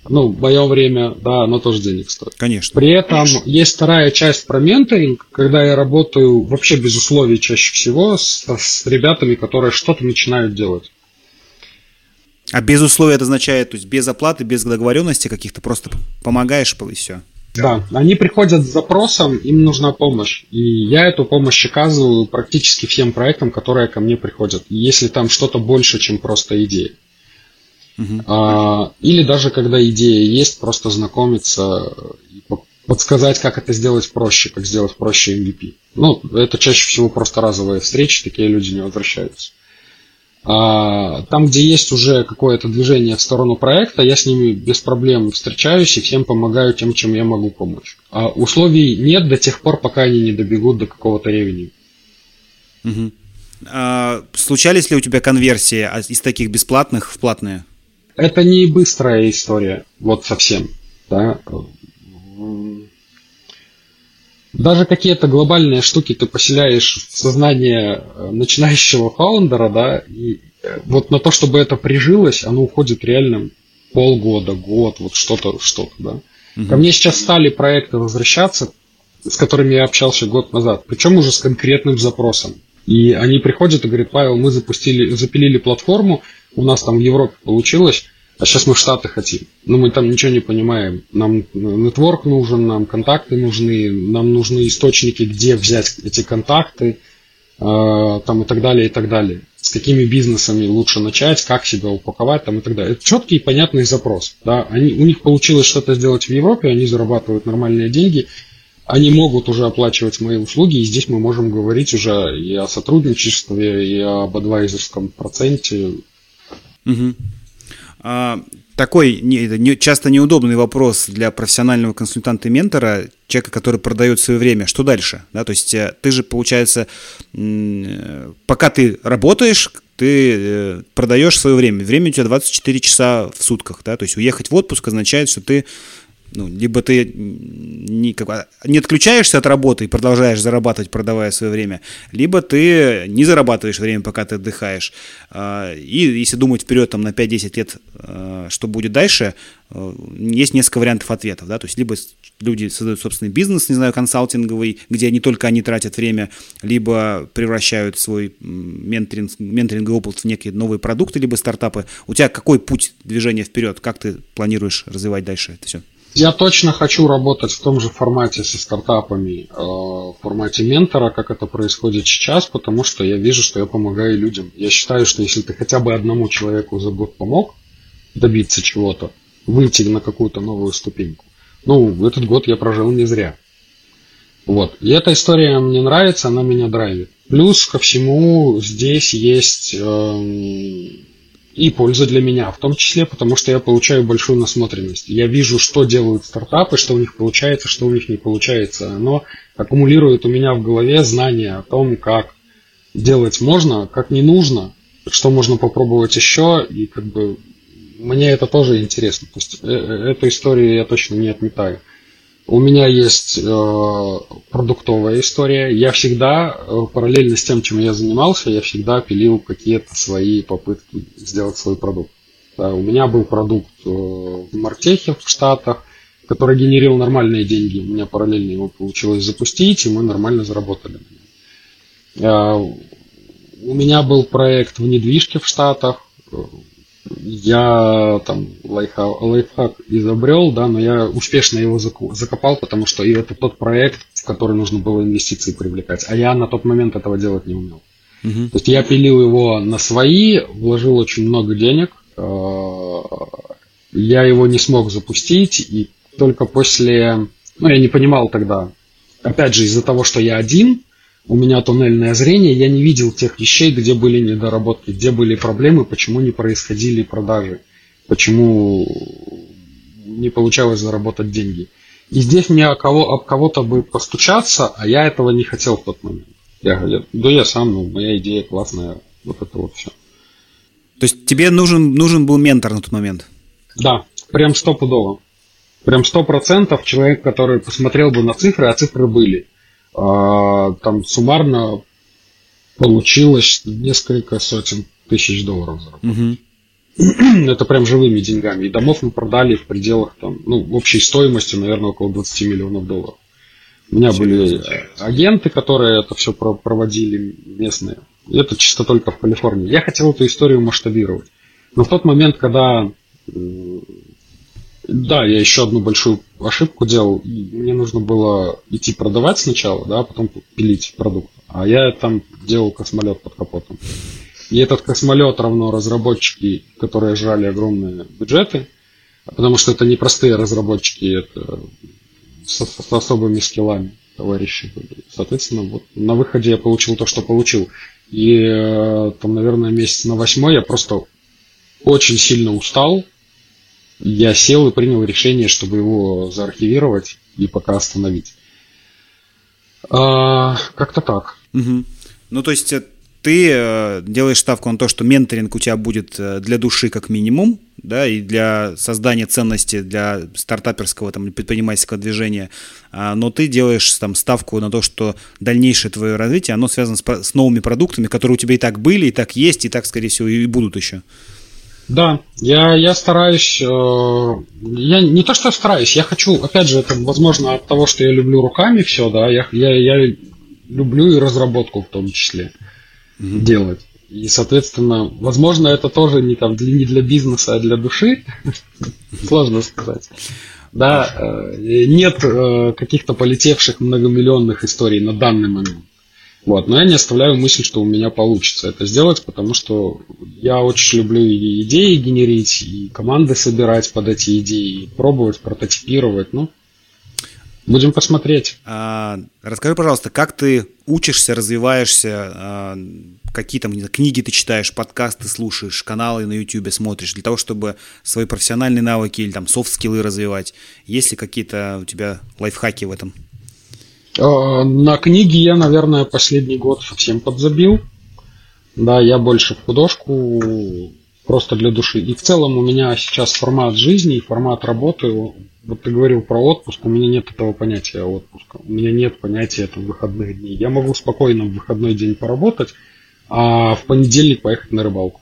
Ну, в мое время, да, оно тоже денег стоит. Конечно. При этом есть вторая часть про менторинг, когда я работаю вообще без условий чаще всего с, с ребятами, которые что-то начинают делать. А без условий это означает, то есть без оплаты, без договоренности каких-то, просто помогаешь и все? Да, они приходят с запросом, им нужна помощь. И я эту помощь оказываю практически всем проектам, которые ко мне приходят, если там что-то больше, чем просто идея. Uh-huh. А, или даже когда идея есть, просто знакомиться и подсказать, как это сделать проще, как сделать проще эм ви пи. Ну, это чаще всего просто разовые встречи, такие люди не возвращаются. А, там, где есть уже какое-то движение в сторону проекта, я с ними без проблем встречаюсь и всем помогаю тем, чем я могу помочь. А условий нет до тех пор, пока они не добегут до какого-то ревеню. Uh-huh. А, случались ли у тебя конверсии из таких бесплатных в платные? Это не быстрая история, вот совсем, да. Даже какие-то глобальные штуки ты поселяешь в сознание начинающего фаундера, да, и вот на то, чтобы это прижилось, оно уходит реально полгода, год, вот что-то, что-то, да. Угу. Ко мне сейчас стали проекты возвращаться, с которыми я общался год назад, причем уже с конкретным запросом. И они приходят и говорят: Павел, мы запустили, запилили платформу, у нас там в Европе получилось, а сейчас мы в Штаты хотим. Но мы там ничего не понимаем. Нам нетворк нужен, нам контакты нужны, нам нужны источники, где взять эти контакты, э, там и так далее, и так далее. С какими бизнесами лучше начать, как себя упаковать, там и так далее. Это четкий и понятный запрос. Да? Они, у них получилось что-то сделать в Европе, они зарабатывают нормальные деньги, они могут уже оплачивать мои услуги, и здесь мы можем говорить уже и о сотрудничестве, и об адвайзерском проценте. Угу. А, такой не, не, часто неудобный вопрос для профессионального консультанта и ментора, человека, который продает свое время. Что дальше? Да, то есть ты же, получается, пока ты работаешь, ты продаешь свое время. Время у тебя двадцать четыре часа в сутках. Да? То есть уехать в отпуск означает, что ты Ну, либо ты не, как, не отключаешься от работы и продолжаешь зарабатывать, продавая свое время, либо ты не зарабатываешь время, пока ты отдыхаешь. И если думать вперед там, на пять-десять лет, что будет дальше, есть несколько вариантов ответов. Да? То есть либо люди создают собственный бизнес, не знаю, консалтинговый, где не только они тратят время, либо превращают свой менторинг, менторинговый опыт в некие новые продукты, либо стартапы. У тебя какой путь движения вперед? Как ты планируешь развивать дальше это все? Я точно хочу работать в том же формате со стартапами, в формате ментора, как это происходит сейчас, потому что я вижу, что я помогаю людям. Я считаю, что если ты хотя бы одному человеку за год помог добиться чего-то, выйти на какую-то новую ступеньку, ну, этот год я прожил не зря. Вот. И эта история мне нравится, она меня драйвит. Плюс ко всему здесь есть э, и польза для меня, в том числе, потому что я получаю большую насмотренность. Я вижу, что делают стартапы, что у них получается, что у них не получается. Оно аккумулирует у меня в голове знания о том, как делать можно, как не нужно, что можно попробовать еще, и как бы мне это тоже интересно. То есть эту историю я точно не отметаю. У меня есть э, продуктовая история. Я всегда, э, параллельно с тем, чем я занимался, я всегда пилил какие-то свои попытки сделать свой продукт. Да, у меня был продукт э, в Мартехе в Штатах, который генерил нормальные деньги. У меня параллельно его получилось запустить, и мы нормально заработали. Э, у меня был проект в недвижке в Штатах. Я там лайфхак, лайфхак изобрел, да, но я успешно его закопал, потому что это тот проект, в который нужно было инвестиции привлекать, а я на тот момент этого делать не умел. Uh-huh. То есть я пилил его на свои, вложил очень много денег, я его не смог запустить, и только после, ну я не понимал тогда, опять же из-за того, что я один, у меня туннельное зрение, я не видел тех вещей, где были недоработки, где были проблемы, почему не происходили продажи, почему не получалось заработать деньги. И здесь мне об, кого, об кого-то бы постучаться, а я этого не хотел в тот момент. Я говорю, да я сам, ну, моя идея классная, вот это вот все. То есть тебе нужен, нужен был ментор на тот момент? Да, прям стопудово. Прям сто процентов человек, который посмотрел бы на цифры, а цифры были. Там суммарно получилось несколько сотен тысяч долларов заработать. Угу. Это прям живыми деньгами. И домов мы продали в пределах там, ну, общей стоимостью, наверное, около двадцать миллионов долларов. У меня были агенты, которые это все проводили, местные. И это чисто только в Калифорнии. Я хотел эту историю масштабировать. Но в тот момент, когда... Да, я еще одну большую ошибку делал. Мне нужно было идти продавать сначала, да, а потом пилить продукт. А я там делал космолет под капотом. И этот космолет равно разработчики, которые жрали огромные бюджеты, потому что это не простые разработчики, это с, с особыми скиллами товарищи были. Соответственно, вот на выходе я получил то, что получил. И там, наверное, месяц на восьмой я просто очень сильно устал. Я сел и принял решение, чтобы его заархивировать и пока остановить. А, как-то так. Угу. Ну, то есть ты делаешь ставку на то, что менторинг у тебя будет для души как минимум, да, и для создания ценности для стартаперского там, предпринимательского движения, но ты делаешь там ставку на то, что дальнейшее твое развитие, оно связано с, с новыми продуктами, которые у тебя и так были, и так есть, и так, скорее всего, и будут еще. Да, я, я стараюсь, э, я не то что стараюсь, я хочу, опять же, это возможно от того, что я люблю руками все, да, я, я, я люблю и разработку в том числе mm-hmm. делать. И, соответственно, возможно, это тоже не, там, для, не для бизнеса, а для души, сложно сказать. Да, э, нет э, каких-то полетевших многомиллионных историй на данный момент. Вот, но я не оставляю мысль, что у меня получится это сделать, потому что я очень люблю и идеи генерить, и команды собирать под эти идеи, и пробовать, прототипировать. Ну, будем посмотреть. А, расскажи, пожалуйста, как ты учишься, развиваешься, а, какие там книги ты читаешь, подкасты слушаешь, каналы на YouTube смотришь, для того, чтобы свои профессиональные навыки или там софт-скиллы развивать? Есть ли какие-то у тебя лайфхаки в этом? На книги я, наверное, последний год совсем подзабил. Да, я больше в художку, просто для души. И в целом у меня сейчас формат жизни и формат работы. Вот ты говорил про отпуск, у меня нет этого понятия отпуска. У меня нет понятия там, выходных дней. Я могу спокойно в выходной день поработать, а в понедельник поехать на рыбалку.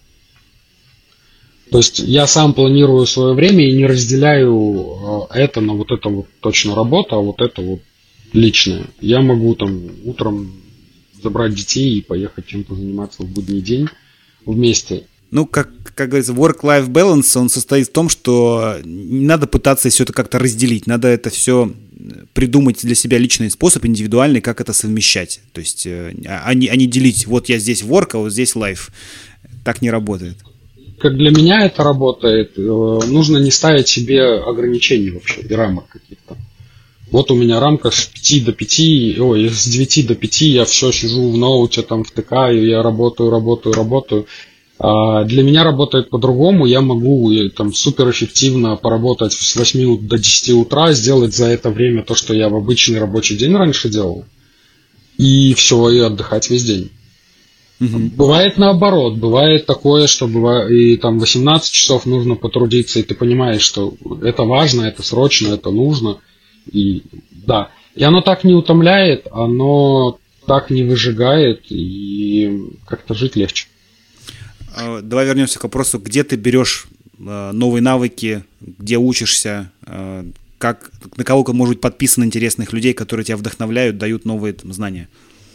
То есть я сам планирую свое время и не разделяю это на вот это вот точно работа, а вот это вот личное. Я могу там утром забрать детей и поехать чем-то заниматься в будний день вместе. Ну, как, как говорится, work-life balance, он состоит в том, что не надо пытаться все это как-то разделить, надо это все придумать для себя личный способ, индивидуальный, как это совмещать. То есть, а не, а не делить, вот я здесь work, а вот здесь life. Так не работает. Как для меня это работает, нужно не ставить себе ограничений вообще и рамок каких-то. Вот у меня рамка с пяти до пяти, ой, с девяти до пяти я все сижу в ноуте, там втыкаю, я работаю, работаю, работаю. А для меня работает по-другому, я могу там суперэффективно поработать с восьми до десяти утра, сделать за это время то, что я в обычный рабочий день раньше делал, и все, и отдыхать весь день. Mm-hmm. Бывает наоборот, бывает такое, что бывает, и там восемнадцать часов нужно потрудиться, и ты понимаешь, что это важно, это срочно, это нужно. И да, и оно так не утомляет, оно так не выжигает, и как-то жить легче. Давай вернемся к вопросу, где ты берешь новые навыки, где учишься, как, на кого, может быть, подписан интересных людей, которые тебя вдохновляют, дают новые там, знания?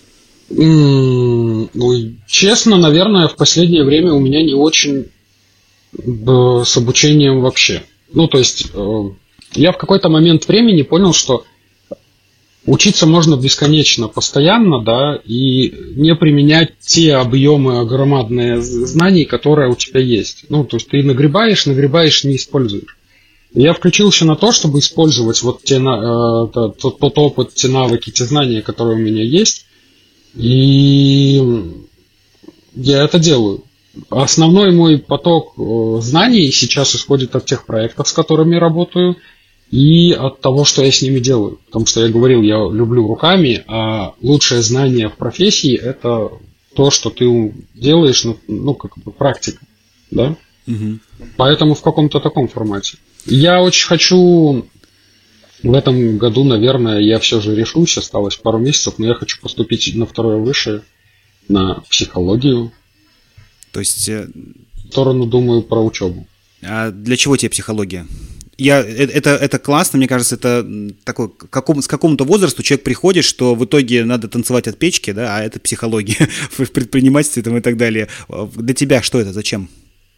Ну, честно, наверное, в последнее время у меня не очень с обучением вообще. Ну, то есть... Я в какой-то момент времени понял, что учиться можно бесконечно, постоянно, да, и не применять те объемы громадные знаний, которые у тебя есть. Ну, то есть ты нагребаешь, нагребаешь, не используешь. И я включился на то, чтобы использовать вот те, э, тот, тот опыт, те навыки, те знания, которые у меня есть, и я это делаю. Основной мой поток знаний сейчас исходит от тех проектов, с которыми я работаю, и от того, что я с ними делаю. Потому что я говорил, я люблю руками, а лучшее знание в профессии – это то, что ты делаешь, ну, ну как бы практика, да? Угу. Поэтому в каком-то таком формате. Я очень хочу в этом году, наверное, я все же решусь, осталось пару месяцев, но я хочу поступить на второе высшее, на психологию. То есть сторону думаю про учебу. А для чего тебе психология? Я, это, это классно, мне кажется, это такой, каком, с какому-то возрасту человек приходит, что в итоге надо танцевать от печки, да, а это психология в предпринимательстве там, и так далее. Для тебя что это, зачем?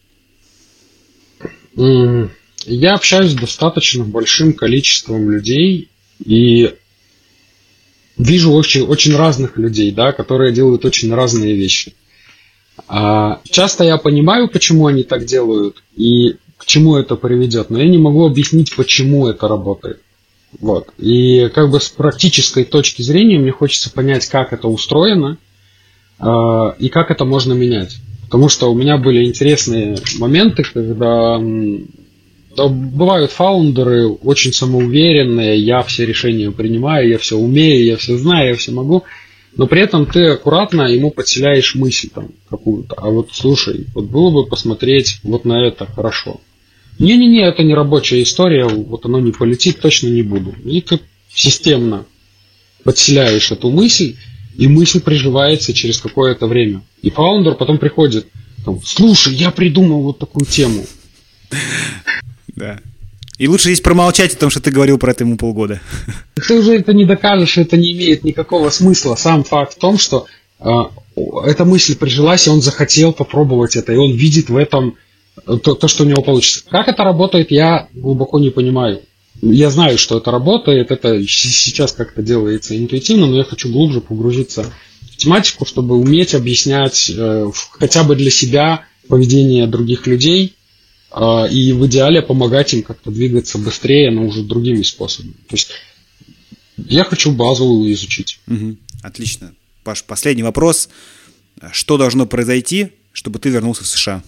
Я общаюсь с достаточно большим количеством людей и вижу очень, очень разных людей, да, которые делают очень разные вещи. А часто я понимаю, почему они так делают и к чему это приведет, но я не могу объяснить, почему это работает. Вот. И как бы с практической точки зрения мне хочется понять, как это устроено э, и как это можно менять. Потому что у меня были интересные моменты, когда да, бывают фаундеры очень самоуверенные, я все решения принимаю, я все умею, я все знаю, я все могу. Но при этом ты аккуратно ему подселяешь мысль там какую-то. А вот слушай, вот было бы посмотреть вот на это хорошо. Не-не-не, это не рабочая история, вот оно не полетит, точно не буду. И ты системно подселяешь эту мысль, и мысль приживается через какое-то время. И фаундер потом приходит, там, слушай, я придумал вот такую тему. Да. И лучше здесь промолчать о том, что ты говорил про это ему полгода. Ты уже это не докажешь, это не имеет никакого смысла. Сам факт в том, что э, эта мысль прижилась, и он захотел попробовать это, и он видит в этом то, то, что у него получится. Как это работает, я глубоко не понимаю. Я знаю, что это работает, это сейчас как-то делается интуитивно, но я хочу глубже погрузиться в тематику, чтобы уметь объяснять э, хотя бы для себя поведение других людей, и в идеале помогать им как-то двигаться быстрее, но уже другими способами. То есть я хочу базу изучить. Угу. Отлично. Паш, последний вопрос. Что должно произойти, чтобы ты вернулся в США?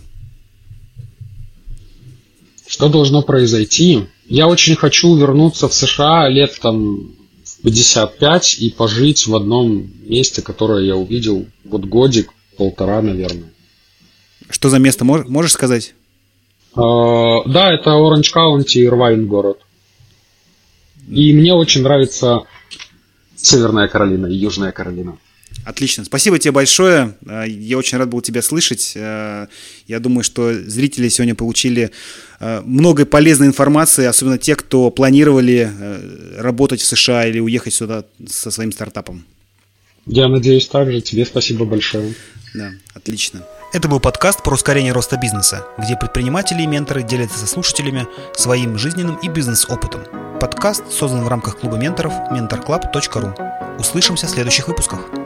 Что должно произойти? Я очень хочу вернуться в США лет там в пятьдесят пять и пожить в одном месте, которое я увидел вот годик, полтора, наверное. Что за место, можешь сказать? Uh, да, это Оранж Каунти, Ирвайн город. И мне очень нравится Северная Каролина и Южная Каролина. Отлично. Спасибо тебе большое. Я очень рад был тебя слышать. Я думаю, что зрители сегодня получили много полезной информации, особенно те, кто планировали работать в США или уехать сюда со своим стартапом. Я надеюсь также. Тебе спасибо большое. Да, отлично. Это был подкаст про ускорение роста бизнеса, где предприниматели и менторы делятся со слушателями своим жизненным и бизнес-опытом. Подкаст создан в рамках клуба менторов mentor club точка ру. Услышимся в следующих выпусках.